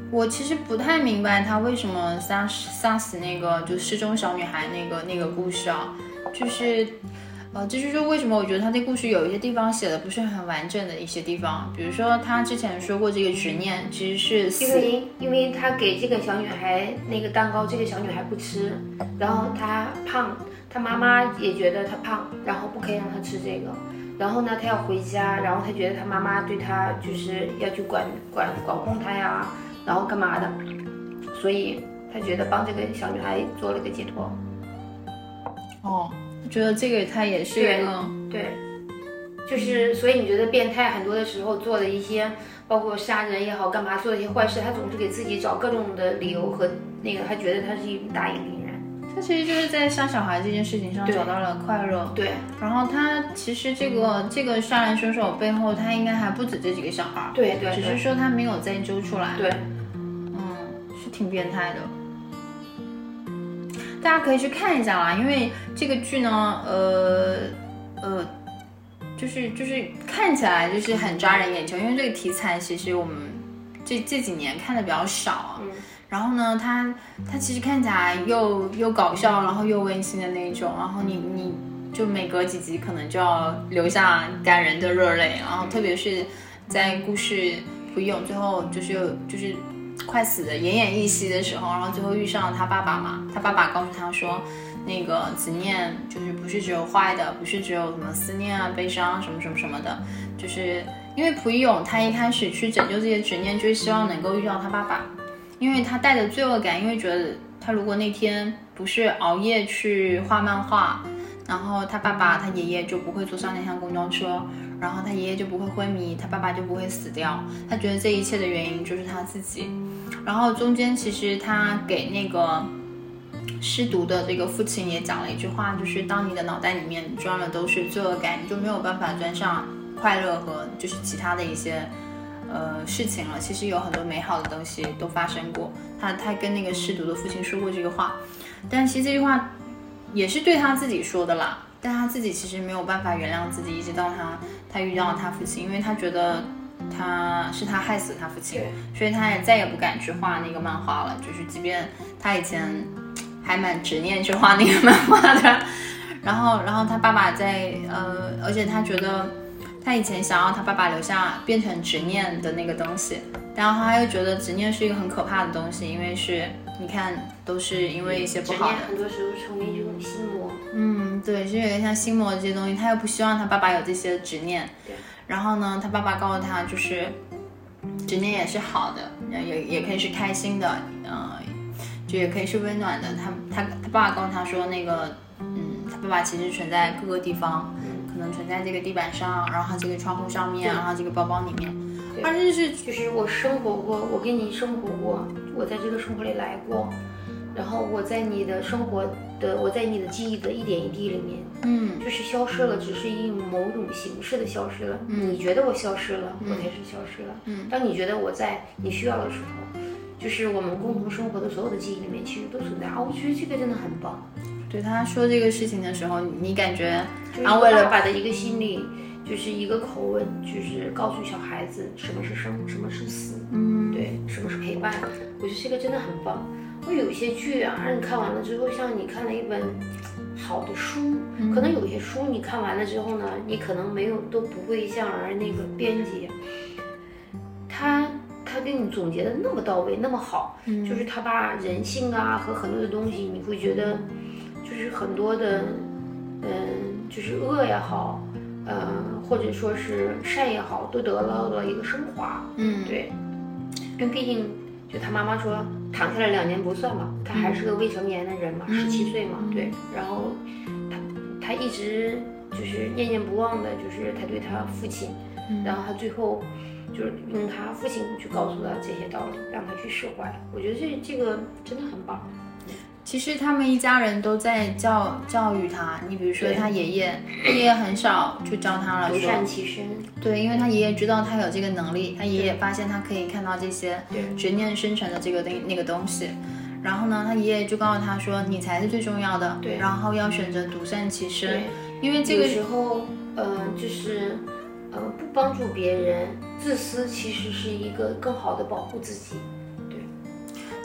我其实不太明白他为什么杀杀死那个就失踪小女孩那个那个故事啊，就是，呃，这就是为什么我觉得他这故事有一些地方写的不是很完整的一些地方，比如说他之前说过这个执念其实是死， 因为因为他给这个小女孩那个蛋糕，这个小女孩不吃，然后她胖，她妈妈也觉得她胖，然后不可以让她吃这个。然后呢，她要回家，然后她觉得她妈妈对她就是要去管管管控她呀，然后干嘛的，所以她觉得帮这个小女孩做了个解脱。 哦，我觉得这个他也是一个对，对，就是所以你觉得变态很多的时候做的一些，包括杀人也好，干嘛做的一些坏事，他总是给自己找各种的理由和那个，他觉得他是一大义凛然。 他其实就是在杀小孩这件事情上找到了快乐。 对， 然后他其实这个这个杀人凶手背后，他应该还不止这几个小孩。 对对， 只是说他没有再揪出来。 对， 嗯，是挺变态的。大家可以去看一下啦，因为这个剧呢，呃呃，就是就是看起来就是很抓人眼球，因为这个题材其实我们这这几年看的比较少。 嗯。 然后呢，它它其实看起来又又搞笑，然后又温馨的那种，然后你你就每隔几集可能就要流下感人的热泪，然后特别是在故事朴勇最后就是就是快死的奄奄一息的时候，然后最后遇上了他爸爸嘛，他爸爸告诉他说，那个执念就是不是只有坏的，不是只有什么思念啊、悲伤什么什么什么的，就是因为朴勇他一开始去拯救这些执念，就是希望能够遇到他爸爸。因为他带着罪恶感，因为觉得他如果那天不是熬夜去画漫画，然后他爸爸他爷爷就不会坐上那辆公交车，然后他爷爷就不会昏迷，他爸爸就不会死掉。他觉得这一切的原因就是他自己。然后中间其实他给那个失独的这个父亲也讲了一句话，就是当你的脑袋里面装的都是罪恶感，你就没有办法装上快乐和就是其他的一些呃，事情了。其实有很多美好的东西都发生过。他他跟那个失独的父亲说过这个话，但其实这句话也是对他自己说的啦。但他自己其实没有办法原谅自己，一直到他他遇到了他父亲，因为他觉得他是他害死他父亲，所以他也再也不敢去画那个漫画了。就是即便他以前还蛮执念去画那个漫画的，然后然后他爸爸在呃，而且他觉得。他以前想要他爸爸留下变成执念的那个东西，然后他又觉得执念是一个很可怕的东西，因为是你看都是因为一些不好的， 执念很多时候成为一种心魔。 嗯，对，是有点像心魔的这些东西，他又不希望他爸爸有这些执念。 对。然后呢，他爸爸告诉他，就是执念也是好的，也也可以是开心的，呃，就也可以是温暖的。他他他爸爸告诉他说，那个，嗯，他爸爸其实存在各个地方。可能存在这个地板上，然后它这个窗户上面，然后这个包包里面， 而且是就是我生活过，我跟你生活过，我在这个生活里来过，然后我在你的生活的，我在你的记忆的一点一滴里面， 嗯， 就是消失了，只是以某种形式的消失了。嗯，你觉得我消失了，我才是消失了。嗯，当你觉得我在你需要的时候，就是我们共同生活的所有的记忆里面，其实都存在啊。我觉得这个真的很棒。 对他说这个事情的时候，你感觉安慰了爸爸的一个心理，就是一个口吻，就是告诉小孩子什么是生，什么是死，嗯，对，什么是陪伴。我觉得这个真的很棒。我有一些剧啊，让你看完了之后，像你看了一本好的书，嗯、可能有些书你看完了之后呢，你可能没有都不会像而那个编辑，他他给你总结的那么到位，那么好，嗯、就是他把人性啊和很多的东西，你会觉得。就是很多的，嗯，就是恶也好，呃，或者说是善也好，都得到了一个升华。嗯，对，因为毕竟就他妈妈说，躺下来两年不算嘛，他还是个未成年的人嘛，十七岁嘛，对。然后他他一直就是念念不忘的，就是他对他父亲，然后他最后就是用他父亲去告诉他这些道理，让他去释怀。我觉得这这个真的很棒。 其实他们一家人都在教教育他，你比如说他爷爷，他爷爷很少去教他了， 独善其身。 对，因为他爷爷知道他有这个能力，他爷爷发现他可以看到这些执念生成的这个那那个东西，然后呢，他爷爷就告诉他说，你才是最重要的， 对， 然后要选择独善其身，因为这个有时候，呃，就是呃不帮助别人，自私其实是一个更好的保护自己。对，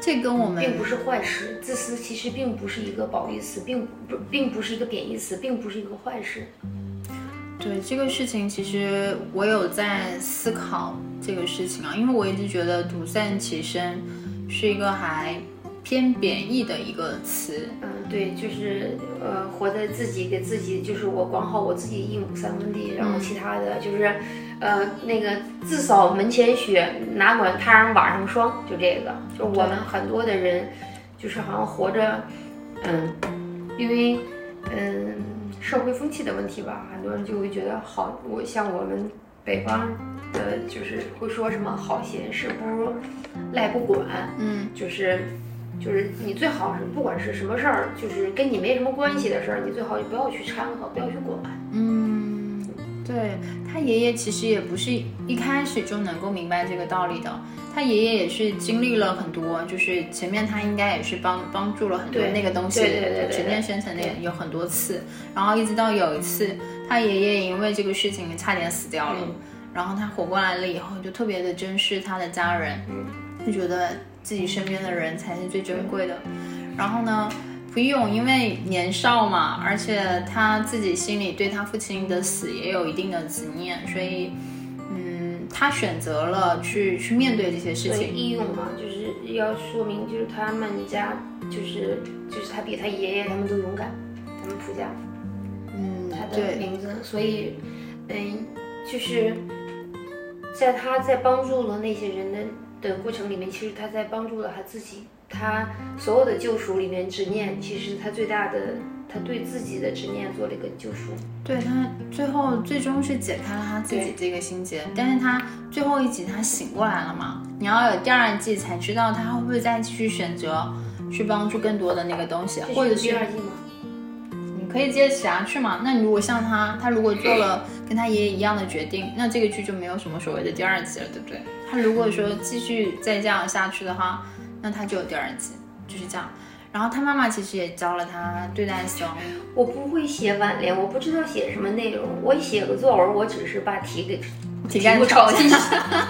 这跟我们并不是坏事，自私其实并不是一个褒义词，并不并不是一个贬义词，并不是一个坏事。 对这个事情，其实我有在思考这个事情啊，因为我一直觉得独善其身是一个还偏贬义的一个词。 嗯，对，就是呃，活在自己给自己，就是我管好我自己一亩三分地，然后其他的就是，呃，那个自扫门前雪，哪管他人瓦上霜，就这个，就我们很多的人，就是好像活着，嗯，因为嗯社会风气的问题吧，很多人就会觉得好，我像我们北方的，就是会说什么好闲事不如赖不管， 嗯， 就是。就是你最好是不管是什么事儿，就是跟你没什么关系的事儿，你最好就不要去掺和，不要去管。 嗯，对，他爷爷其实也不是一开始就能够明白这个道理的，他爷爷也是经历了很多，就是前面他应该也是帮帮助了很多那个东西， 对对对对， 沉淀生成的有很多次，然后一直到有一次他爷爷因为这个事情差点死掉了，嗯、然后他活过来了以后就特别的珍视他的家人，嗯、就觉得自己身边的人才是最珍贵的。然后呢，蒲一永因为年少嘛，而且他自己心里对他父亲的死也有一定的执念，所以，嗯，他选择了去去面对这些事情。 所以一永嘛，就是要说明，就是他们家，就是就是他比他爷爷他们都勇敢，他们蒲家， 嗯， 他的名字，所以，嗯，就是在他在帮助了那些人的。的过程里面，其实他在帮助了他自己，他所有的救赎里面执念，其实他最大的，他对自己的执念做了一个救赎。 对，他最后最终是解开了他自己这个心结，但是他最后一集他醒过来了嘛？你要有第二季才知道他会不会再继续选择去帮助更多的那个东西，或者是第二季吗？ 你可以接着下去嘛？那你如果像他，他如果做了跟他爷爷一样的决定，那这个剧就没有什么所谓的第二季了，对不对？他如果说继续再这样下去的话，那他就有第二季，就是这样。然后他妈妈其实也教了他对待死亡。 我不会写挽联，我不知道写什么内容。我写个作文，我只是把题给题干抄一下。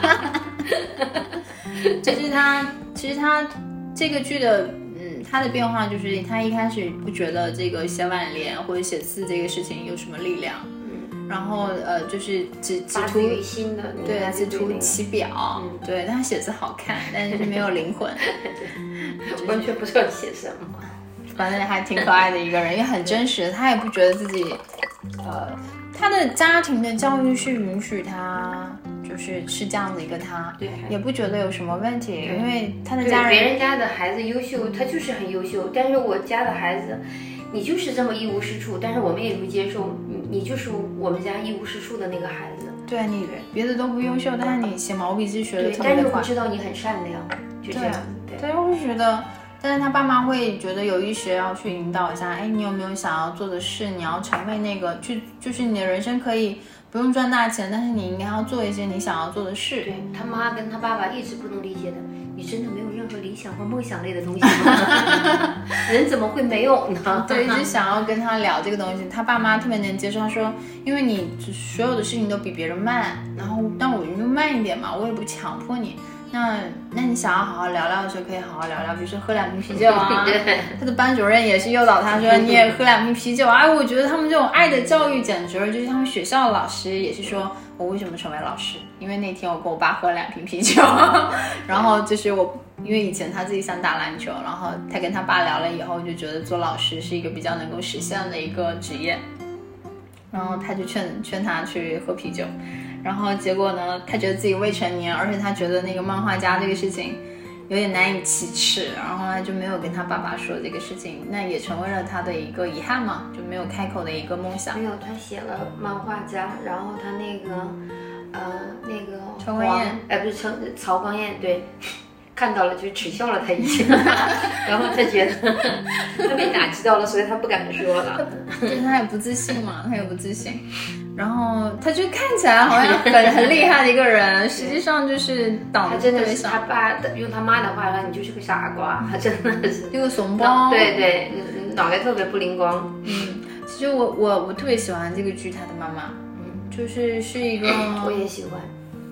就是他，其实他这个剧的，嗯，他的变化就是他一开始不觉得这个写挽联或者写字这个事情有什么力量。然后呃，就是只只图新的， 对，只图其表，嗯、对，但他写字好看，但是没有灵魂， 就是、完全不知道写什么。 反正还挺可爱的一个人，也很真实。他也不觉得自己，呃，他的家庭的教育是允许他，就是是这样的一个他， 对， 也不觉得有什么问题，因为他的家人， 别人家的孩子优秀，他就是很优秀，但是我家的孩子。你就是这么一无是处，但是我们也会接受你，你就是我们家一无是处的那个孩子。 对你别的都不优秀，但是你写毛笔字学的特别快。但是我知道你很善良，就这样。 对，对，我就觉得，但是他爸妈会觉得有意识要去引导一下，哎，你有没有想要做的事？你要成为那个，去就是你的人生可以不用赚大钱，但是你应该要做一些你想要做的事。 对，他妈跟他爸爸一直不能理解的。你真的没有任何理想或梦想类的东西吗？人怎么会没有呢？ 对，一直想要跟他聊这个东西，他爸妈特别能接受。他说，因为你所有的事情都比别人慢，然后但我就慢一点嘛，我也不强迫你。那那你想要好好聊聊的时候，可以好好聊聊，比如说喝两瓶啤酒啊。他的班主任也是诱导他说，你也喝两瓶啤酒啊。我觉得他们这种爱的教育，简直就是他们学校的老师也是说。我为什么成为老师？因为那天我跟我爸喝了两瓶啤酒，然后就是我，因为以前他自己想打篮球，然后他跟他爸聊了以后，就觉得做老师是一个比较能够实现的一个职业，然后他就劝劝他去喝啤酒，然后结果呢，他觉得自己未成年，而且他觉得那个漫画家这个事情有点难以启齿，然后他就没有跟他爸爸说这个事情，那也成为了他的一个遗憾嘛，就没有开口的一个梦想。 没有，他写了漫画家，然后他那个呃那个曹光彦， 哎不是曹曹光彦，对，看到了就耻笑了他一下，然后他觉得他被打击到了，所以他不敢说了。 对，他也不自信嘛，他也不自信。然后他就看起来好像很很厉害的一个人，实际上就是挡他真的是他爸用他妈的话说，你就是个傻瓜，他真的是一个怂包， 对对，脑袋特别不灵光。 嗯，其实我我我特别喜欢这个剧，他的妈妈，嗯，就是是一个， 我也喜欢。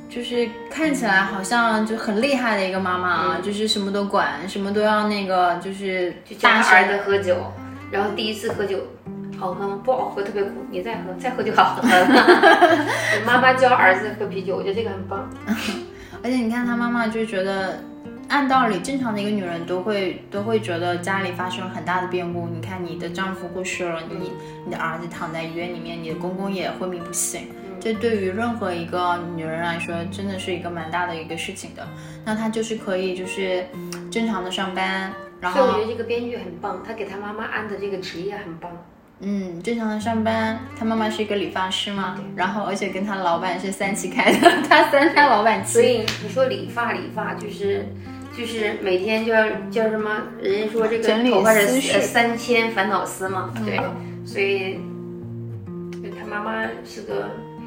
就是看起来好像就很厉害的一个妈妈啊，嗯、就是什么都管，什么都要那个，就是就教儿子喝酒，然后第一次喝酒好喝吗？不好喝，特别苦，你再喝，再喝就好喝了。妈妈教儿子喝啤酒，我觉得这个很棒。 而且你看他妈妈就觉得，按道理正常的一个女人都会都会觉得家里发生了很大的变故。你看你的丈夫过世了，你你的儿子躺在医院里面，你的公公也昏迷不醒。这对于任何一个女人来说，真的是一个蛮大的一个事情的。那她就是可以就是正常的上班，然后所以我觉得这个编剧很棒，他给他妈妈安的这个职业很棒。 嗯，正常的上班，他妈妈是一个理发师嘛，然后而且跟他老板是三七开的，他三他老板七。 所以你说理发理发就是就是每天就要叫什么？人家说这个头发是三千烦恼丝嘛，对，嗯、所以他妈妈是个。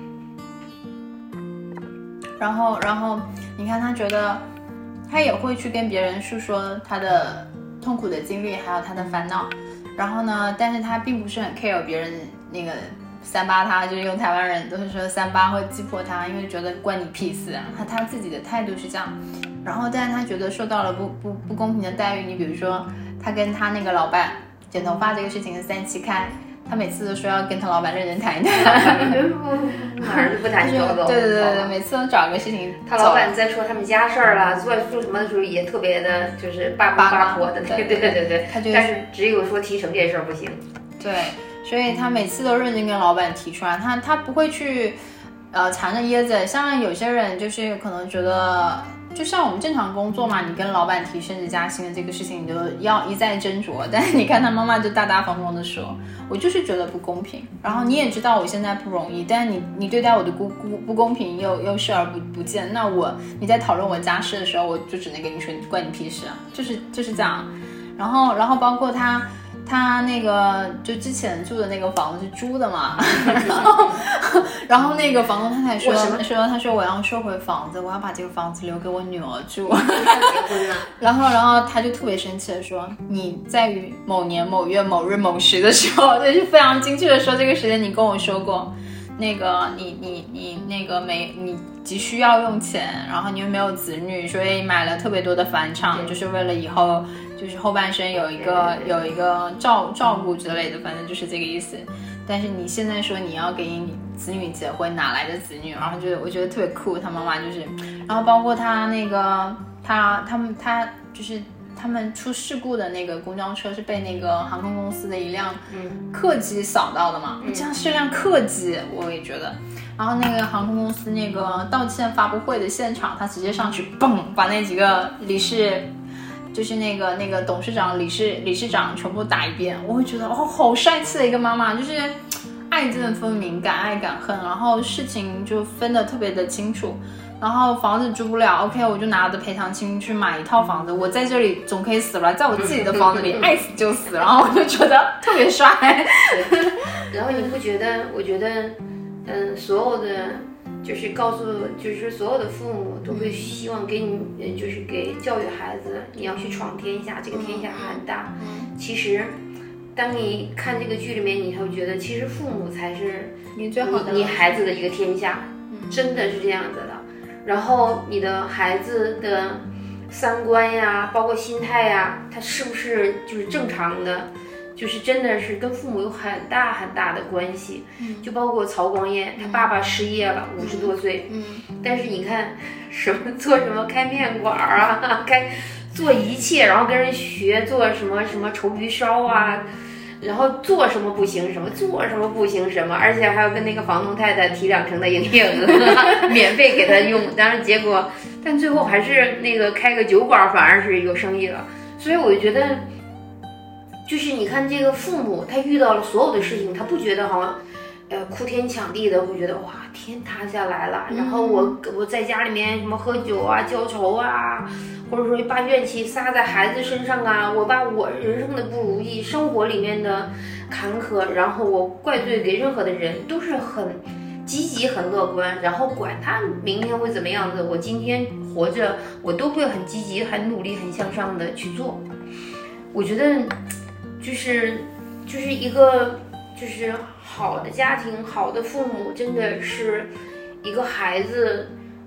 然后，然后你看，他觉得他也会去跟别人诉说他的痛苦的经历，还有他的烦恼。然后呢，但是他并不是很 care 别人那个三八他，就是用台湾人都是说三八会击破他，因为觉得关你屁事啊。他他自己的态度是这样。然后，但是他觉得受到了不不不公平的待遇。你比如说，他跟他那个老板剪头发这个事情是三七开。他每次都说要跟他老板认真谈一谈， 哪儿就不谈就走。 对对对对，每次都找个事情。 他老板在说他们家事儿了，做做什么的时候也特别的，就是八卦八卦的。对对对对， 他就但是只有说提成这事儿不行。 对，所以他每次都认真跟老板提出来，他他不会去呃藏着掖着。像有些人就是可能觉得。就像我们正常工作嘛，你跟老板提升职加薪的这个事情，你就要一再斟酌。但是你看他妈妈就大大方方的说，我就是觉得不公平。然后你也知道我现在不容易，但是你你对待我的不不不公平又又视而不不见，那我你在讨论我家事的时候，我就只能跟你说关你屁事啊，就是就是这样。然后然后包括他。他那个就之前住的那个房子是租的嘛，然后然后那个房东太太说说他说我要收回房子，我要把这个房子留给我女儿住。 结婚了， 然后然后他就特别生气的说，你在于某年某月某日某时的时候，就是非常精确的说这个时间你跟我说过，那个你你你那个没你急需要用钱，然后你又没有子女，所以买了特别多的房产，就是为了以后。就是后半生有一个有一个照照顾之类的，反正就是这个意思。但是你现在说你要给你子女结婚，哪来的子女？然后就我觉得特别酷，他妈妈就是，然后包括他那个他他们他就是他们出事故的那个公交车是被那个航空公司的一辆客机扫到的嘛，嗯、这样是辆客机，我也觉得。然后那个航空公司那个道歉发布会的现场，他直接上去嘣把那几个理事。就是那个那个董事长、理事理事长全部打一遍，我会觉得哦，好帅气的一个妈妈，就是爱真的分明，敢爱敢恨，然后事情就分得特别的清楚。然后房子租不了 ，OK， 我就拿着赔偿金去买一套房子，我在这里总可以死了，在我自己的房子里爱死就死，然后我就觉得特别帅。 然后你不觉得？我觉得，嗯，所有的。就是告诉，就是所有的父母都会希望给你，就是给教育孩子，你要去闯天下，这个天下很大。其实，当你看这个剧里面，你会觉得，其实父母才是你最好的你孩子的一个天下，真的是这样子的。然后你的孩子的三观呀，包括心态呀，他是不是就是正常的？就是真的是跟父母有很大很大的关系，就包括曹光彦，他爸爸失业了，五十多岁，嗯，但是你看什么做什么开面馆啊，开做一切，然后跟人学做什么什么稠鱼烧啊，然后做什么不行什么，做什么不行什么，而且还要跟那个房东太太提两成的营业额，免费给他用，当然结果，但最后还是那个开个酒馆反而是有生意了，所以我觉得。就是你看这个父母，他遇到了所有的事情，他不觉得好像，呃，哭天抢地的，会觉得哇天塌下来了。然后我我在家里面什么喝酒啊、浇愁啊，或者说把怨气撒在孩子身上啊，我把我人生的不如意、生活里面的坎坷，然后我怪罪给任何的人，都是很积极、很乐观。然后管他明天会怎么样子，我今天活着，我都会很积极、很努力、很向上的去做。我觉得。就是就是一个就是好的家庭，好的父母，真的是一个孩子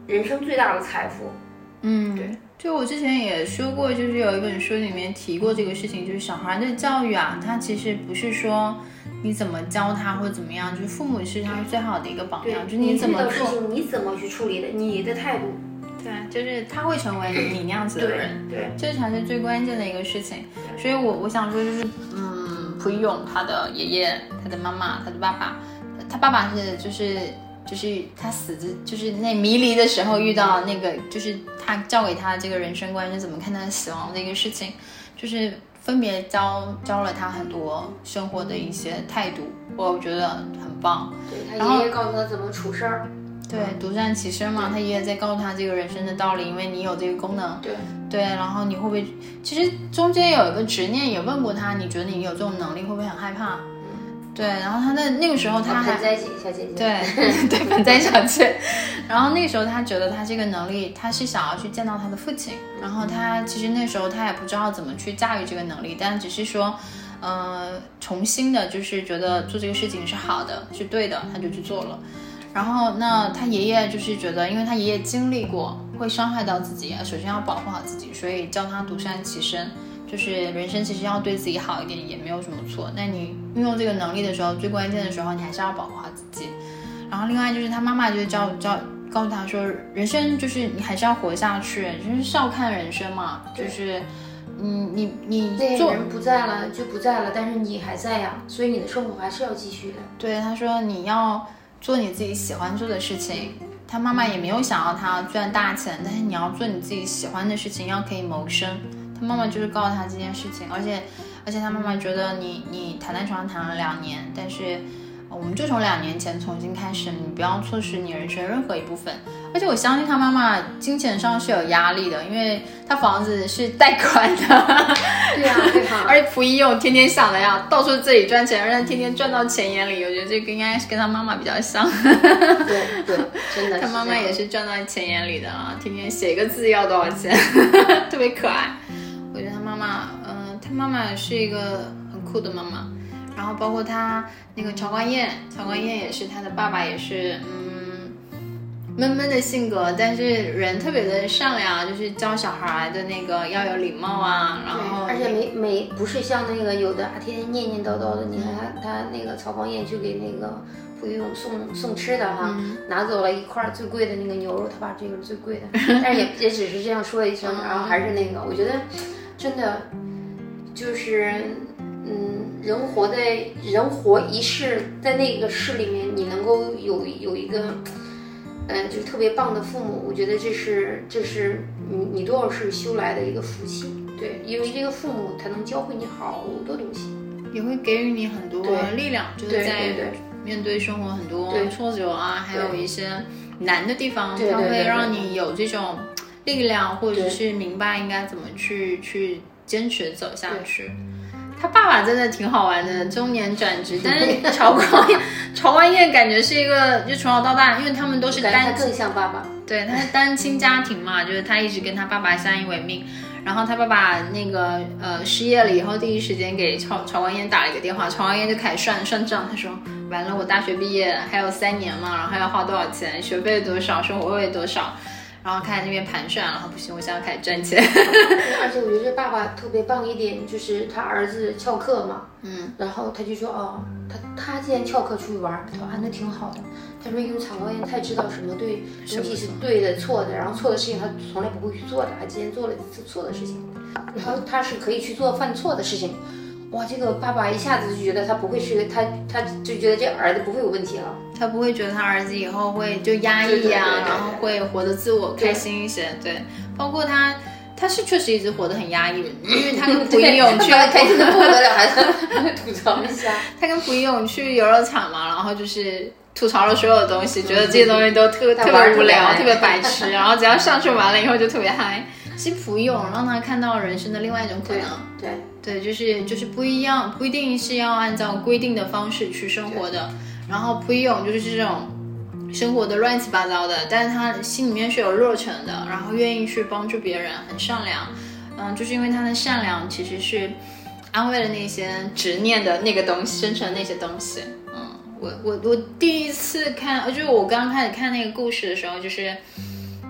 人生最大的财富。 嗯， 对。 就我之前也说过，就是有一本书里面提过这个事情，就是小孩的教育啊，他其实不是说你怎么教他或者怎么样，就是父母是他最好的一个榜样，就是你怎么做， 事情你怎么去处理的，你的态度。 对，就是他会成为你那样子的人， 对， 这才是最关键的一个事情。所以我我想说，就是嗯，蒲一永他的爷爷、他的妈妈、他的爸爸，他爸爸是就是就是他死之就是那迷离的时候遇到那个，就是他教给他这个人生观是怎么看待死亡的一个事情，就是分别教教了他很多生活的一些态度，我觉得很棒。 对，他爷爷告诉他怎么处事儿。 对，独善其身嘛，他爷爷在告诉他这个人生的道理，因为你有这个功能。 对对，然后你会不会，其实中间有一个执念也问过他，你觉得你有这种能力会不会很害怕？嗯，对，然后他的那个时候他还盆栽小姐姐， 对对，盆栽小姐，然后那个时候他觉得他这个能力，他是想要去见到他的父亲，然后他其实那时候他也不知道怎么去驾驭这个能力，但只是说呃，重新的就是觉得做这个事情是好的，是对的，他就去做了。然后那他爷爷就是觉得，因为他爷爷经历过会伤害到自己，首先要保护好自己，所以教他独善其身，就是人生其实要对自己好一点也没有什么错。那你运用这个能力的时候，最关键的时候你还是要保护好自己。然后另外就是他妈妈就是教教告诉他说，人生就是你还是要活下去，就是笑看人生嘛，就是嗯你你那些人不在了就不在了，但是你还在呀，所以你的生活还是要继续的。 对，他说你要做你自己喜欢做的事情，他妈妈也没有想要他赚大钱，但是你要做你自己喜欢的事情，要可以谋生。他妈妈就是告诉他这件事情，而且而且他妈妈觉得你你躺在床上躺了两年，但是我们就从两年前重新开始，你不要错失你人生任何一部分。而且我相信他妈妈金钱上是有压力的，因为他房子是贷款的。 对啊，对啊。 而且蒲一永天天想的呀，到处自己赚钱，让他天天赚到钱眼里。我觉得这个应该是跟他妈妈比较像。 对对，真的。 他妈妈也是赚到钱眼里的啊，天天写一个字要多少钱，特别可爱。我觉得他妈妈，嗯、呃，他妈妈是一个很酷的妈妈。然后包括他那个曹光彦，曹光彦也是他的爸爸，也是嗯闷闷的性格，但是人特别的善良，就是教小孩的那个要有礼貌啊，然后而且没没不是像那个有的还天天念念叨叨的。你看他他那个曹光彦去给那个蒲一永送送吃的哈、嗯，拿走了一块最贵的那个牛肉，他把这个是最贵的，但是也也只是这样说一声，然后还是那个，我觉得真的就是嗯。人活在人活一世，在那个世里面，你能够有有一个，呃，就是特别棒的父母，我觉得这是这是你你多少世修来的一个福气。对，因为这个父母他能教会你好多东西， 也会给予你很多力量，就是在面对生活很多挫折啊，还有一些难的地方，它会让你有这种力量，或者是明白应该怎么去去坚持走下去。他爸爸真的挺好玩的，中年转职，但是曹光彦，曹光彦感觉是一个就从小到大，因为他们都是单， 他更像爸爸， 对，他是单亲家庭嘛，就是他一直跟他爸爸相依为命，然后他爸爸那个呃失业了以后，第一时间给曹曹光彦打了一个电话，曹光彦就开始算算账，他说完了，我大学毕业还有三年嘛，然后还要花多少钱，学费多少，生活费多少。然后开始那边盘算，然后不行，我现在开始赚钱。 而且我觉得这爸爸特别棒一点，就是他儿子翘课嘛，嗯，然后他就说哦，他他既然翘课出去玩，他说啊那挺好的。他说因为曹光彦太知道什么对东西是对的错的，然后错的事情他从来不会去做的，他今天做了一次错的事情，然后他是可以去做犯错的事情。哇，这个爸爸一下子就觉得他不会是个他，他就觉得这儿子不会有问题了， 他不会觉得他儿子以后会就压抑啊， 对对对对对， 然后会活得自我开心一些。对，包括他，他是确实一直活得很压抑，因为他跟蒲一永去开心的不得了，还是吐槽一下。 他跟蒲一永去游乐场嘛，然后就是吐槽了所有的东西，觉得这些东西都特特别无聊，特别白痴，然后只要上去完了以后就特别嗨。其实蒲一永让他看到人生的另外一种可能， 对对，就是就是不一样，不一定是要按照规定的方式去生活的。然后蒲一永就是这种生活的乱七八糟的，但是他心里面是有热忱的，然后愿意去帮助别人，很善良。嗯，就是因为他的善良，其实是安慰了那些执念的那个东西，生成那些东西。嗯，我我我第一次看，就是我刚刚开始看那个故事的时候，就是。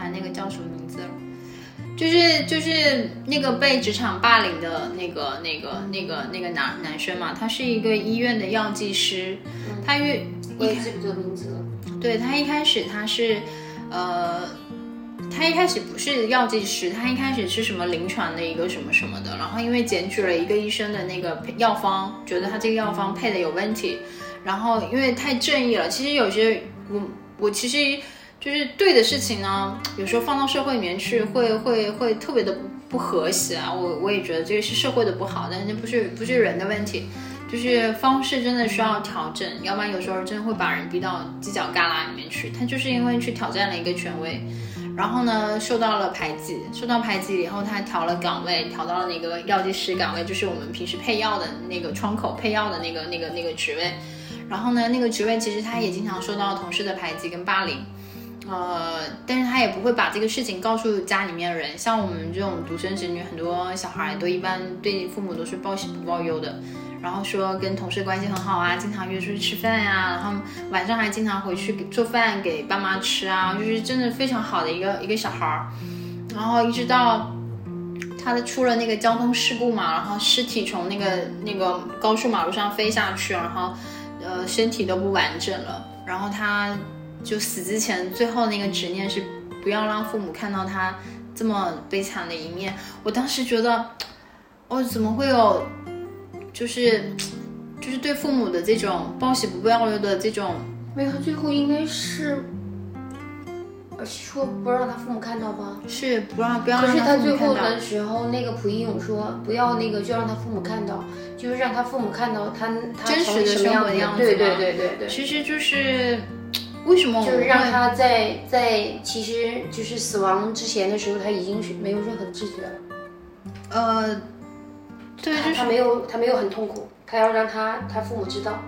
台那个叫什么名字了？就是就是那个被职场霸凌的那个那个那个那个男男生嘛，他是一个医院的药剂师， 嗯、 他越我也记不住名字了。 对，他一开始他是呃。他一开始不是药剂师，他一开始是什么临床的一个什么什么的，然后因为检举了一个医生的那个药方，觉得他这个药方配的有问题，然后因为太正义了，其实有些我我其实就是对的事情呢，有时候放到社会里面去会会会特别的不和谐啊，我我也觉得这个是社会的不好，但是不是不是人的问题，就是方式真的需要调整，要不然有时候真的会把人逼到犄角旮旯里面去。他就是因为去挑战了一个权威，然后呢受到了排挤，受到排挤以后他调了岗位，调到了那个药剂师岗位，就是我们平时配药的那个窗口配药的那个那个那个职位。然后呢那个职位其实他也经常受到同事的排挤跟霸凌，呃，但是他也不会把这个事情告诉家里面人。像我们这种独生子女，很多小孩都一般对父母都是报喜不报忧的，然后说跟同事关系很好啊，经常约出去吃饭呀、啊，然后晚上还经常回去做饭给爸妈吃啊，就是真的非常好的一个一个小孩。然后一直到他的出了那个交通事故嘛，然后尸体从那个那个高速马路上飞下去，然后呃身体都不完整了，然后他就死之前最后那个执念是不要让父母看到他这么悲惨的一面。我当时觉得哦，怎么会有就是就是对父母的这种报喜不报忧的这种。 没有，最后应该是说不让他父母看到吧？ 是不让不要让可是他最后父母看到的时候，那个蒲一勇说不要那个就让他父母看到，就是让他父母看到他他真实的生活的样子。 对对对对对， 其实就是为什么我就是让他在在其实就是死亡之前的时候，他已经是没有任何的知觉了。 呃，对，就是他没有他没有很痛苦，他要让他他父母知道。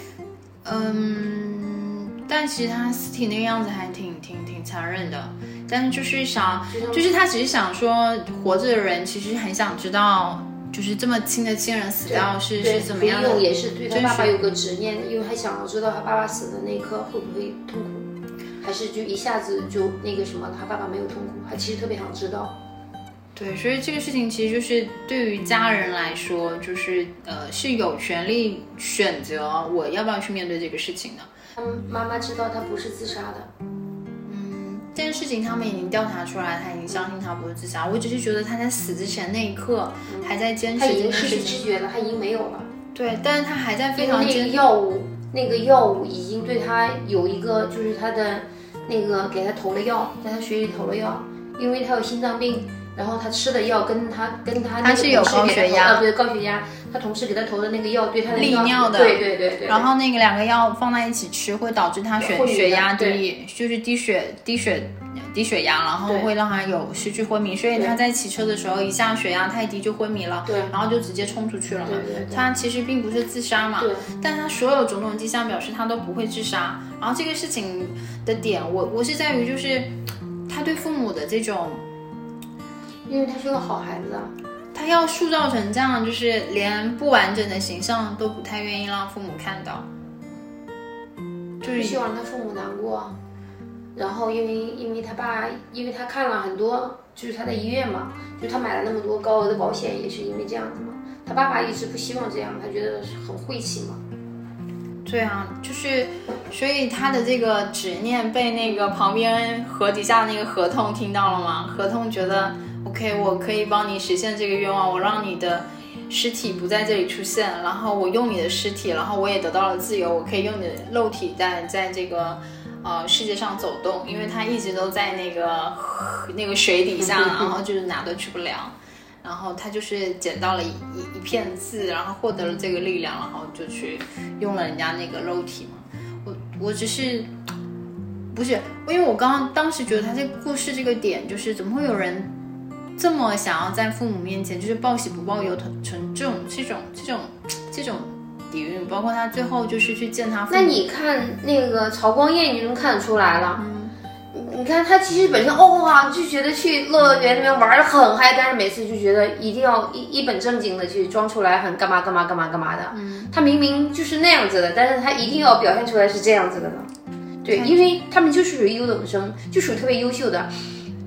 嗯，但其实他尸体那个样子还挺挺挺残忍的，但是就是想，就是他只是想说，活着的人其实很想知道，就是这么亲的亲人死掉是是怎么样的。 也是对他爸爸有个执念，因为他想要知道他爸爸死的那一刻会不会痛苦，还是就一下子就那个什么，他爸爸没有痛苦，他其实特别想知道。 对，所以这个事情其实就是对于家人来说，就是呃是有权利选择我要不要去面对这个事情的。 他们妈妈知道他不是自杀的， 嗯，这件事情他们已经调查出来，他已经相信他不是自杀。我只是觉得他在死之前那一刻还在坚持这件事情， 他已经失去知觉了，他已经没有了。 对，但是他还在非常坚持。 那个药物，那个药物已经对他有一个，就是他的那个给他投了药，在他血里投了药，因为他有心脏病。然后他吃的药跟他跟他那个同事给他投，他是有高血压，对高血压，他同事给他投的那个药对他的利尿的， 对对 对, 对, 对。 然后那个两个药放在一起吃，会导致他血血压低，就是低血低血低血压，然后会让他有失去昏迷。所以他在骑车的时候，一下血压太低就昏迷了， 对， 然后就直接冲出去了嘛。 对对对， 他其实并不是自杀嘛， 对， 但他所有种种迹象表示他都不会自杀。然后这个事情的点，我我是在于就是他对父母的这种。 因为他是个好孩子啊， 他要塑造成这样，就是连不完整的形象都不太愿意让父母看到， 就是希望让他父母难过。然后因为因为他爸，因为他看了很多，就是他在医院嘛，就他买了那么多高额的保险，也是因为这样子嘛。他爸爸一直不希望这样，他觉得很晦气嘛。 对啊，就是所以他的这个执念被那个旁边河底下那个合同听到了吗？合同觉得。OK， 我可以帮你实现这个愿望，我让你的尸体不在这里出现，然后我用你的尸体，然后我也得到了自由，我可以用你的肉体在在这个呃世界上走动，因为他一直都在那个那个水底下，然后就是哪都去不了，然后他就是捡到了一一一片字，然后获得了这个力量，然后就去用了人家那个肉体嘛。我我只是不是，因为我刚刚当时觉得他这个故事这个点就是怎么会有人。这么想要在父母面前就是报喜不报忧成这种这种这种这种底蕴，包括他最后就是去见他父母。 那你看那个曹光彦，你能看得出来了。嗯，你看他其实本身哦哇就觉得去乐乐园那边玩的很嗨，但是每次就觉得一定要一一本正经的去装出来很干嘛干嘛干嘛干嘛的。嗯，他明明就是那样子的，但是他一定要表现出来是这样子的呢。对，因为他们就是属于优等生，就属于特别优秀的。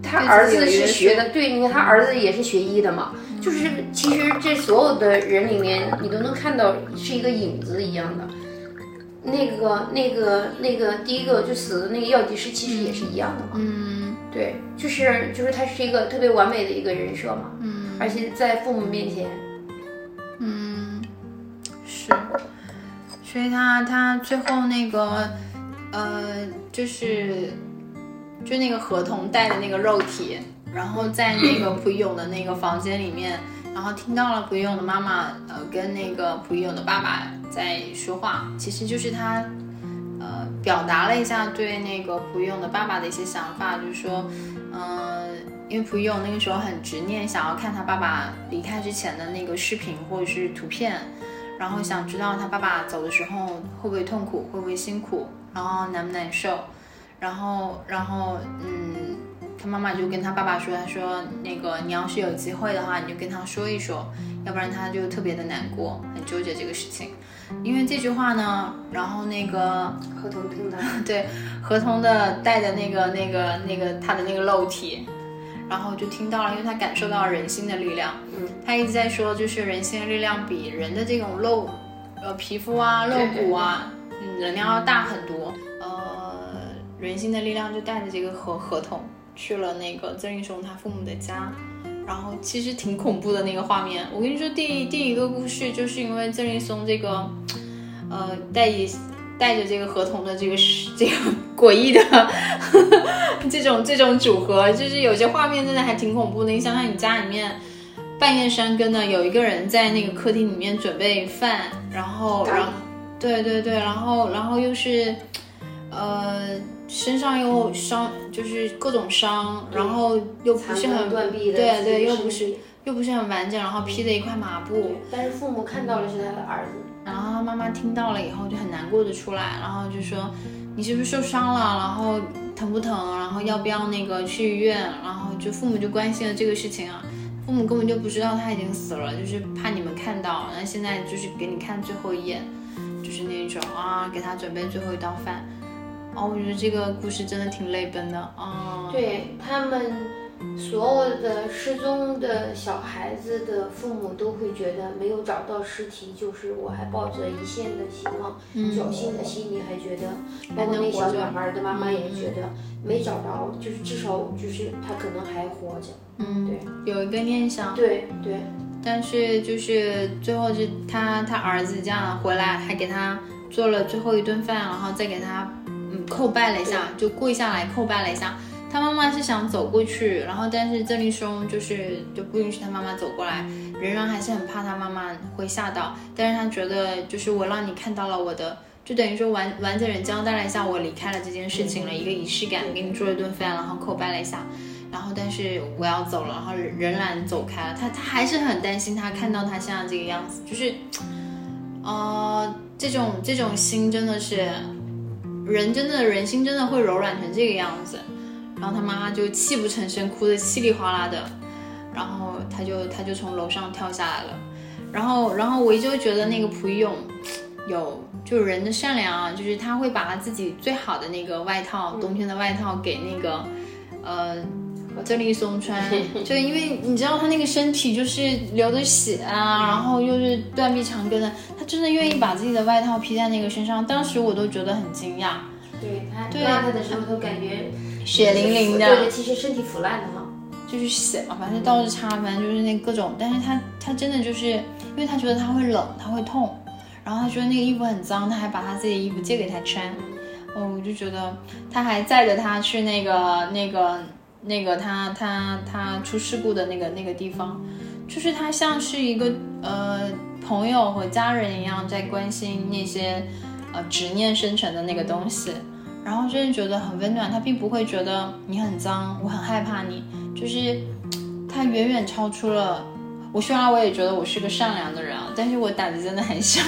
他儿子是学的，对，你看他儿子也是学医的嘛，嗯、就是其实这所有的人里面，你都能看到是一个影子一样的。那个、那个、那个，第一个就死的那个药剂师，其实也是一样的嘛。 嗯， 对，就是就是他是一个特别完美的一个人设嘛。嗯，而且在父母面前， 嗯，是，所以他他最后那个，呃，就是就那个合同带的那个肉体，然后在那个蒲一永的那个房间里面，然后听到了蒲一永的妈妈呃跟那个蒲一永的爸爸在说话，其实就是他呃表达了一下对那个蒲一永的爸爸的一些想法，就是说，嗯、呃，因为蒲一永那个时候很执念，想要看他爸爸离开之前的那个视频或者是图片，然后想知道他爸爸走的时候会不会痛苦，会不会辛苦，然后难不难受，然后然后嗯。他妈妈就跟他爸爸说，他说那个你要是有机会的话，你就跟他说一说，要不然他就特别的难过，很纠结这个事情。因为这句话呢，然后那个合同听的， 对，合同的带的那个那个那个他的那个肉体，然后就听到了，因为他感受到人心的力量。嗯，他一直在说，就是人心的力量比人的这种肉呃皮肤啊、肉骨啊，嗯，能量要大很多。呃，人心的力量就带着这个合合同。去了那个曾令松他父母的家，然后其实挺恐怖的那个画面。我跟你说，第第一个故事就是因为曾令松这个，呃，带带着这个合同的这个这个诡异的呵呵这种这种组合，就是有些画面真的还挺恐怖的。你想想，你家里面半夜三更的，有一个人在那个客厅里面准备饭，然后然后对对对，然后然后又是呃。身上又伤，就是各种伤，然后又不是很断臂的， 对对，又不是又不是很完整，然后披着一块麻布。 但是父母看到了是他的儿子， 然后他妈妈听到了以后就很难过的出来，然后就说你是不是受伤了，然后疼不疼，然后要不要那个去医院，然后就父母就关心了这个事情啊。父母根本就不知道他已经死了，就是怕你们看到，然后现在就是给你看最后一眼，就是那种啊，给他准备最后一道饭。哦，我觉得这个故事真的挺泪奔的啊！ 对，他们所有的失踪的小孩子的父母都会觉得没有找到尸体，就是我还抱着一线的希望，嗯、侥幸的心理，还觉得，包括那小女孩的妈妈也觉得没找着，就是至少就是他可能还活着。 嗯， 对， 有一个念想。 对对。 但是就是最后是他他儿子这样回来，还给他做了最后一顿饭，然后再给他。嗯，叩拜了一下，就跪下来叩拜了一下。他妈妈是想走过去，然后但是曾令松就是就不允许他妈妈走过来，仍然还是很怕他妈妈会吓到。但是他觉得就是我让你看到了我的，就等于说完完整人交代了一下我离开了这件事情了，一个仪式感，给你做了一顿饭，然后叩拜了一下。然后但是我要走了，然后仍然走开了。他他还是很担心他看到他现在这个样子，就是呃这种这种心真的是。人真的人心真的会柔软成这个样子，然后他妈妈就泣不成声，哭得稀里哗啦的，然后他就他就从楼上跳下来了，然后然后我就觉得那个蒲一永有就是人的善良啊，就是他会把他自己最好的那个外套，冬天的外套给那个呃曾令松穿，就因为你知道他那个身体就是流着血啊，然后又是断臂长根的，他真的愿意把自己的外套披在那个身上，当时我都觉得很惊讶。 对他拉他的时候都感觉血淋淋的， 对，其实身体腐烂的哈， 就是血嘛，反正倒是擦，反正就是那各种，但是他他真的就是因为他觉得他会冷，他会痛，然后他觉得那个衣服很脏，他还把他自己的衣服借给他穿，哦，我就觉得他还载着他去那个那个。那个他他他出事故的那个那个地方，就是他像是一个呃朋友和家人一样在关心那些呃执念生成的那个东西，然后真的觉得很温暖。他并不会觉得你很脏，我很害怕你，就是他远远超出了我。虽然我也觉得我是个善良的人啊，但是我胆子真的很小。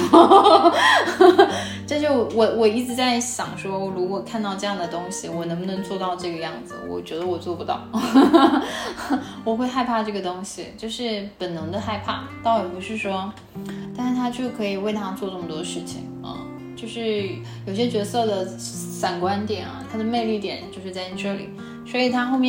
这就我我一直在想说，如果看到这样的东西，我能不能做到这个样子？我觉得我做不到。我会害怕这个东西，就是本能的害怕，倒也不是说，但是他就可以为他做这么多事情啊、嗯，就是有些角色的闪光点啊，他的魅力点就是在这里，所以他后面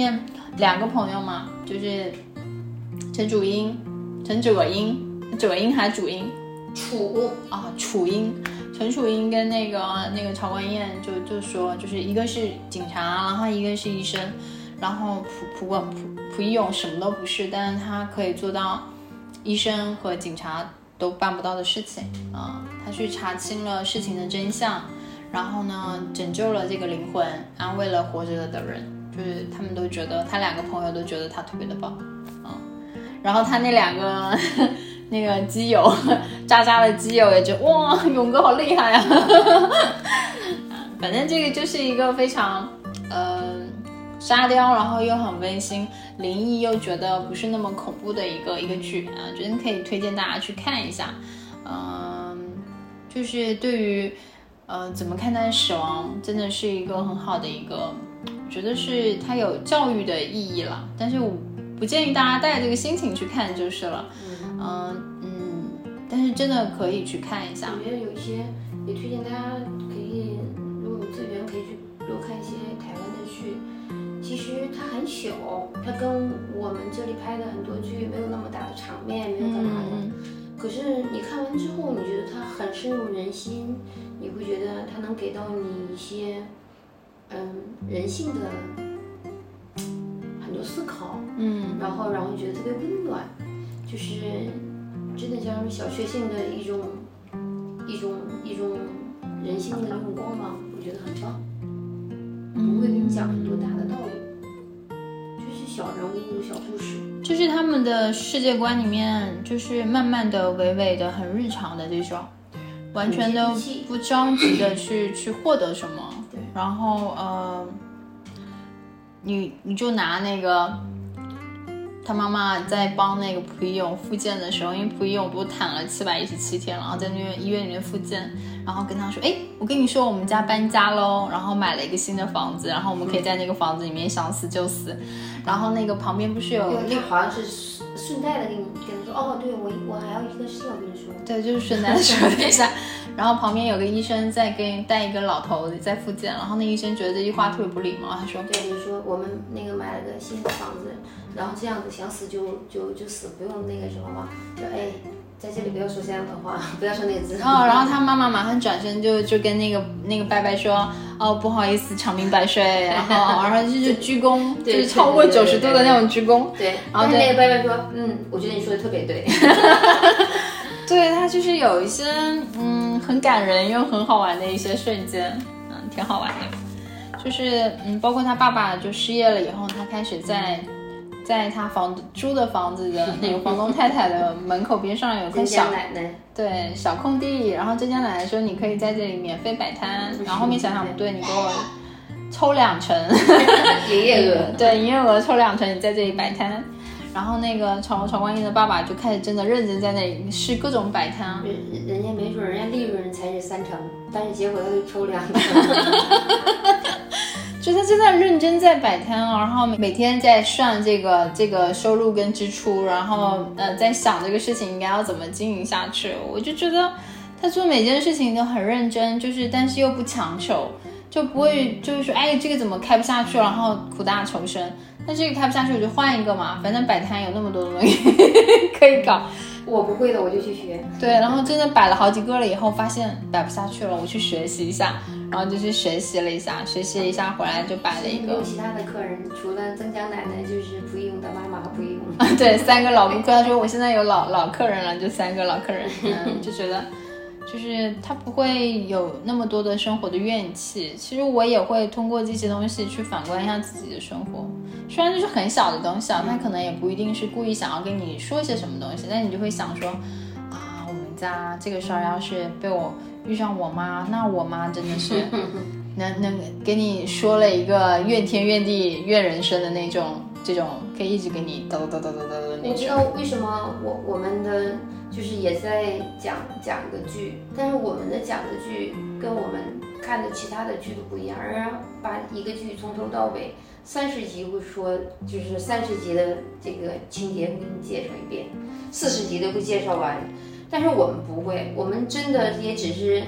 两个朋友嘛，就是陈主英、陈哲英、哲英还是主英？ 楚啊，楚英。陈楚英跟那个那个曹冠燕就就说，就是一个是警察，然后一个是医生，然后蒲蒲蒲蒲一勇什么都不是，但是他可以做到医生和警察都办不到的事情啊、呃！他去查清了事情的真相，然后呢，拯救了这个灵魂，安慰了活着的人，就是他们都觉得，他两个朋友都觉得他特别的棒，嗯、呃，然后他那两个。那个基友，渣渣的基友也觉得哇，勇哥好厉害啊！反正这个就是一个非常，呃，沙雕，然后又很温馨，灵异又觉得不是那么恐怖的一个一个剧啊，觉得可以推荐大家去看一下。嗯、呃，就是对于呃怎么看待死亡，真的是一个很好的一个，我觉得是它有教育的意义了，但是我不建议大家带这个心情去看就是了。嗯、呃、嗯，但是真的可以去看一下。 我觉得有一些也推荐大家可以，如果有资源可以去多看一些台湾的剧。其实它很小，它跟我们这里拍的很多剧没有那么大的场面，没有干嘛的。嗯、可是你看完之后，你觉得它很深入人心，你会觉得它能给到你一些嗯人性的很多思考，嗯，然后然后觉得特别温暖，就是真的像小确幸的一种一种一种人性的那种光芒，我觉得很棒，不会给你讲很多大的道理。小人物、小故事， 就是他们的世界观里面，就是慢慢的、娓娓的、很日常的这种，完全都不着急的去去获得什么。 对， 然后呃，你你就拿那个他妈妈在帮那个蒲一勇复健的时候，因为蒲一勇不是躺了七百一十七天，然后在那个医院里面复健，然后跟他说，哎，我跟你说我们家搬家喽，然后买了一个新的房子，然后我们可以在那个房子里面想死就死。然后那个旁边不是有， 那好像是顺带的跟你跟他说，哦，对我我还有一个事要跟你说， 对，就是顺带的说了一下。然后旁边有个医生在跟带一个老头在复健，然后那医生觉得这句话特别不礼貌，他说， 对，就是说我们那个买了个新的房子，然后这样子想死就就就死，不用那个什么嘛，说哎。在这里不要说这样的话，不要说那个字。 哦，然后他妈妈马上转身就就跟那个那个伯伯说，哦，不好意思，长命百岁，然后然后就是鞠躬，就是超过九十度的那种鞠躬。 对，然后那个伯伯说，嗯，我觉得你说的特别对。 对，他就是有一些嗯很感人又很好玩的一些瞬间，嗯，挺好玩的。就是嗯，包括他爸爸就失业了以后，他开始在。在他房租的房子的那个房东太太的门口边上有块小奶奶， 对，小空地，然后郑家奶奶说你可以在这里免费摆摊，然后后面想想不对，你给我抽两成营业额， 对，营业额抽两成，你在这里摆摊。然后那个曹曹冠英的爸爸就开始真的认真在那里试各种摆摊， 人人家没准人家利润才是三成，但是结果他就抽两成。 就他真的认真在摆摊啊，然后每天在算这个这个收入跟支出，然后呃在想这个事情应该要怎么经营下去。我就觉得他做每件事情都很认真，就是但是又不强求，就不会就是说哎这个怎么开不下去，然后苦大仇深。那这个开不下去我就换一个嘛，反正摆摊有那么多东西可以搞。 我不会的我就去学。 对，然后真的摆了好几个了以后，发现摆不下去了，我去学习一下。然后就去学习了一下，学习了一下回来就摆了一个。 有其他的客人，除了曾江奶奶，就是蒲一勇的妈妈和蒲一勇。 对，三个老顾客。他说我现在有老老客人了，就三个老客人。嗯，就觉得，就是他不会有那么多的生活的怨气。其实我也会通过这些东西去反观一下自己的生活。虽然就是很小的东西啊，他可能也不一定是故意想要跟你说些什么东西，但你就会想说，啊，我们家这个事儿要是被我。遇上我妈，那我妈真的是能能给你说了一个怨天怨地怨人生的那种，这种可以一直给你叨叨叨叨叨叨的那种。 我知道为什么我我们的就是也在讲讲一个剧，但是我们的讲的剧跟我们看的其他的剧都不一样，而把一个剧从头到尾三十集会说，就是三十集的这个情节会给你介绍一遍，四十集都会介绍完。但是我们不会，我们真的也只是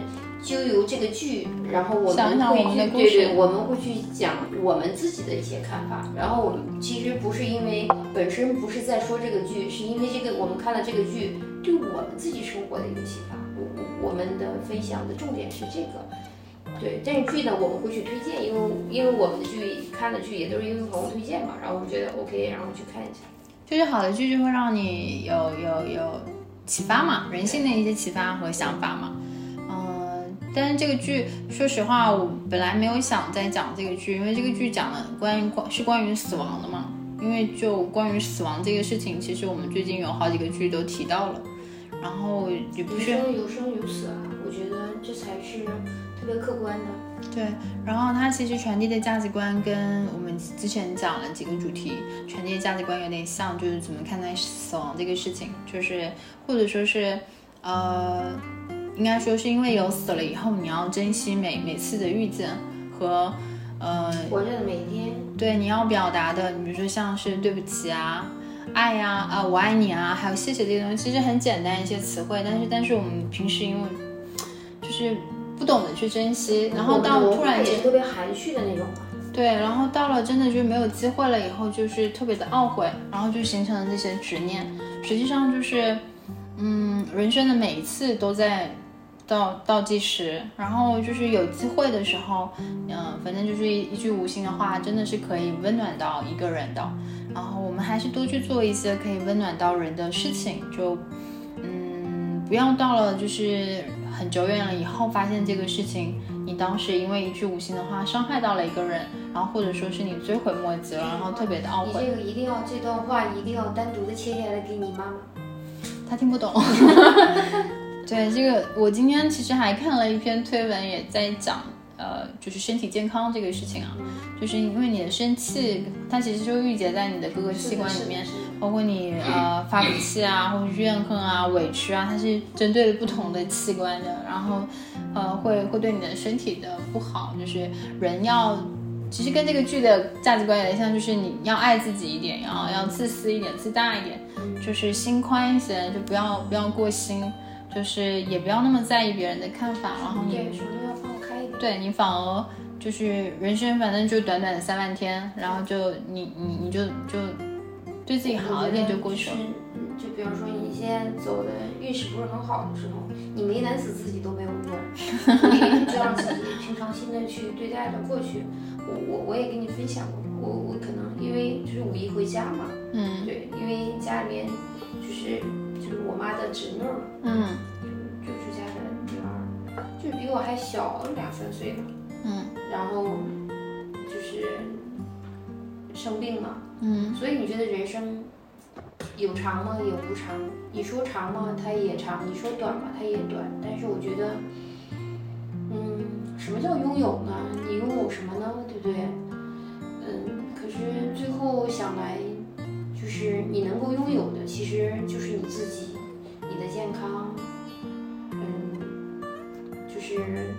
就由这个剧，然后我们会想想我们的故去， 事对对，我们会去讲我们自己的一些看法。然后我们其实不是因为本身不是在说这个剧，是因为这个我们看了这个剧对我们自己生活的一个启发。我我我们的分享的重点是这个。对，但是剧呢，我们会去推荐，因为因为我们的剧看的剧也都是因为朋友推荐嘛，然后我们觉得 OK，然后去看一下。 就是好的剧就会让你有有有启发嘛，人性的一些启发和想法嘛。嗯，但是这个剧，说实话，我本来没有想再讲这个剧，因为这个剧讲的关于是关于死亡的嘛。因为就关于死亡这个事情，其实我们最近有好几个剧都提到了，然后也不是有生有死啊，我觉得这才是特别客观的。 对，然后它其实传递的价值观跟我们之前讲了几个主题传递的价值观有点像，就是怎么看待死亡这个事情，就是或者说是呃，应该说是因为有死了以后，你要珍惜每每次的遇见和呃活着的每一天。 对，你要表达的，你比如说像是对不起啊、爱呀、啊、啊我爱你啊，还有谢谢这些东西，其实很简单一些词汇，但是但是我们平时因为就是不懂得去珍惜，然后到突然间特别含蓄的那种。 对，然后到了真的就没有机会了以后，就是特别的懊悔，然后就形成了这些执念。实际上就是，嗯，人生的每一次都在倒倒计时，然后就是有机会的时候，嗯，反正就是一一句无心的话，真的是可以温暖到一个人的。然后我们还是多去做一些可以温暖到人的事情，就嗯，不要到了就是很久远了以后，发现这个事情你当时因为一句无心的话伤害到了一个人，然后或者说是你追悔莫及了，然后特别的懊悔。 你这个一定要这段话一定要单独的切下来给你妈妈， 她听不懂。对，这个我今天其实还看了一篇推文，也在讲呃，就是身体健康这个事情啊，就是因为你的生气，它其实就郁结在你的各个器官里面，包括你呃发脾气啊，或者是怨恨啊、委屈啊，它是针对了不同的器官的，然后呃会会对你的身体的不好，就是人要。其实跟这个剧的价值观有点像，就是你要爱自己一点，要要自私一点，自大一点，就是心宽一些，就不要不要过心，就是也不要那么在意别人的看法，然后你对什么都要放开一点。 对你反而就是人生反正就短短的三万天，然后就你你你就就对自己好一点就过去了。 就比方说你现在走的运势不是很好的时候，你没难死自己都没有用，所以就让自己平常心的去对待着过去。我我我也跟你分享过，我我可能因为就是五一回家嘛， 嗯， 对，因为家里面就是就是我妈的侄女嘛， 嗯， 就就是家的女儿，就是比我还小两三岁吧， 嗯， 然后就是生病嘛， 嗯， 所以你觉得人生有长吗？也无常。你说长吗？它也长；你说短吗？它也短。但是我觉得，嗯，什么叫拥有呢？你拥有什么呢？对不对？嗯，可是最后想来，就是你能够拥有的，其实就是你自己，你的健康，嗯，就是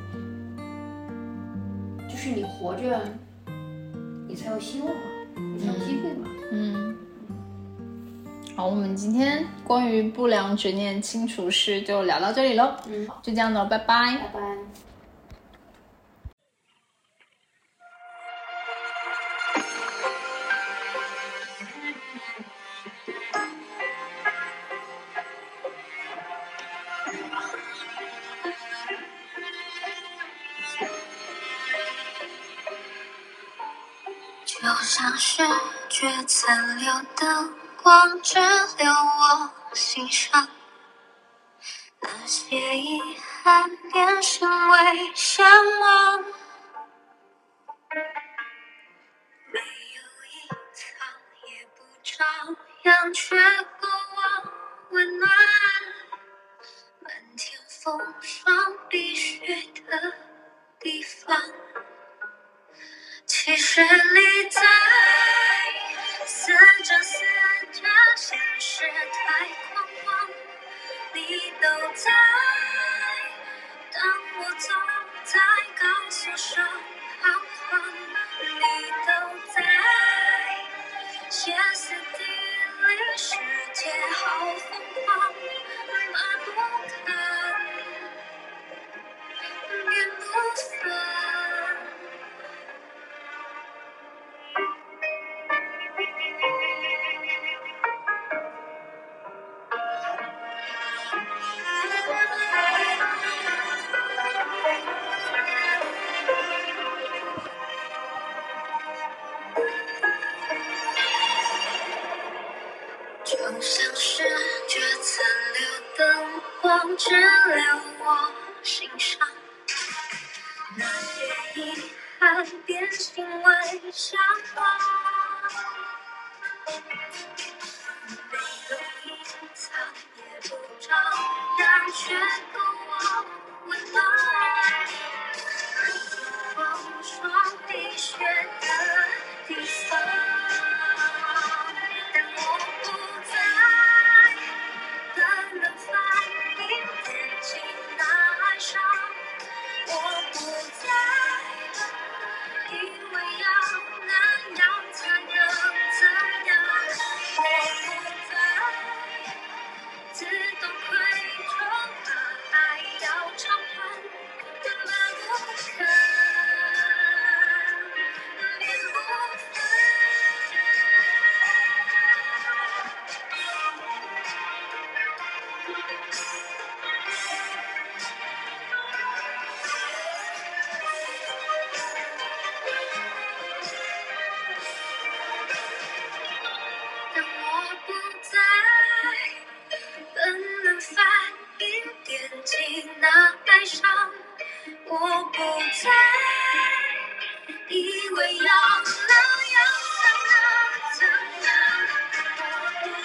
就是你活着，你才有希望嘛，你才有机会嘛。 嗯。好，我们今天关于不良执念清除师就聊到这里喽。 嗯， 就这样的，拜拜。 拜拜。 就像是决残留的光，只留我心上。那些遗憾变成为向往，没有隐藏，也不张扬，却过往温暖。漫天风霜碧血的地方，其实你在，似真似假，现实太狂妄，你都在。当我走在高速上彷徨，你都在。歇斯底里，世界好疯狂，那不堪。 只留我心上，那些遗憾变形为向往，没有隐藏也不张扬，却够我温暖。风霜滴血的地方，但我不在，冷冷反应点进那爱上，我不在，以为要那样才能怎样，我不在，自动亏欠把爱要偿还，根本不可，变不分。当我不在，本能反应点击那哀伤，我不在，以为要那样才能怎样，我不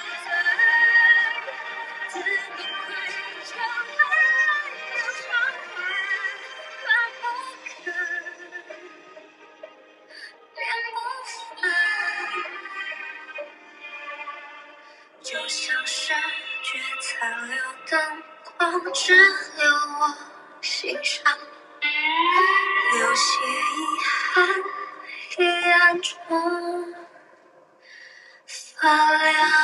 在，自动亏欠爱要偿还，把不可变不分。就像是决残留灯光，只留我心上，有些遗憾，黑暗中发亮。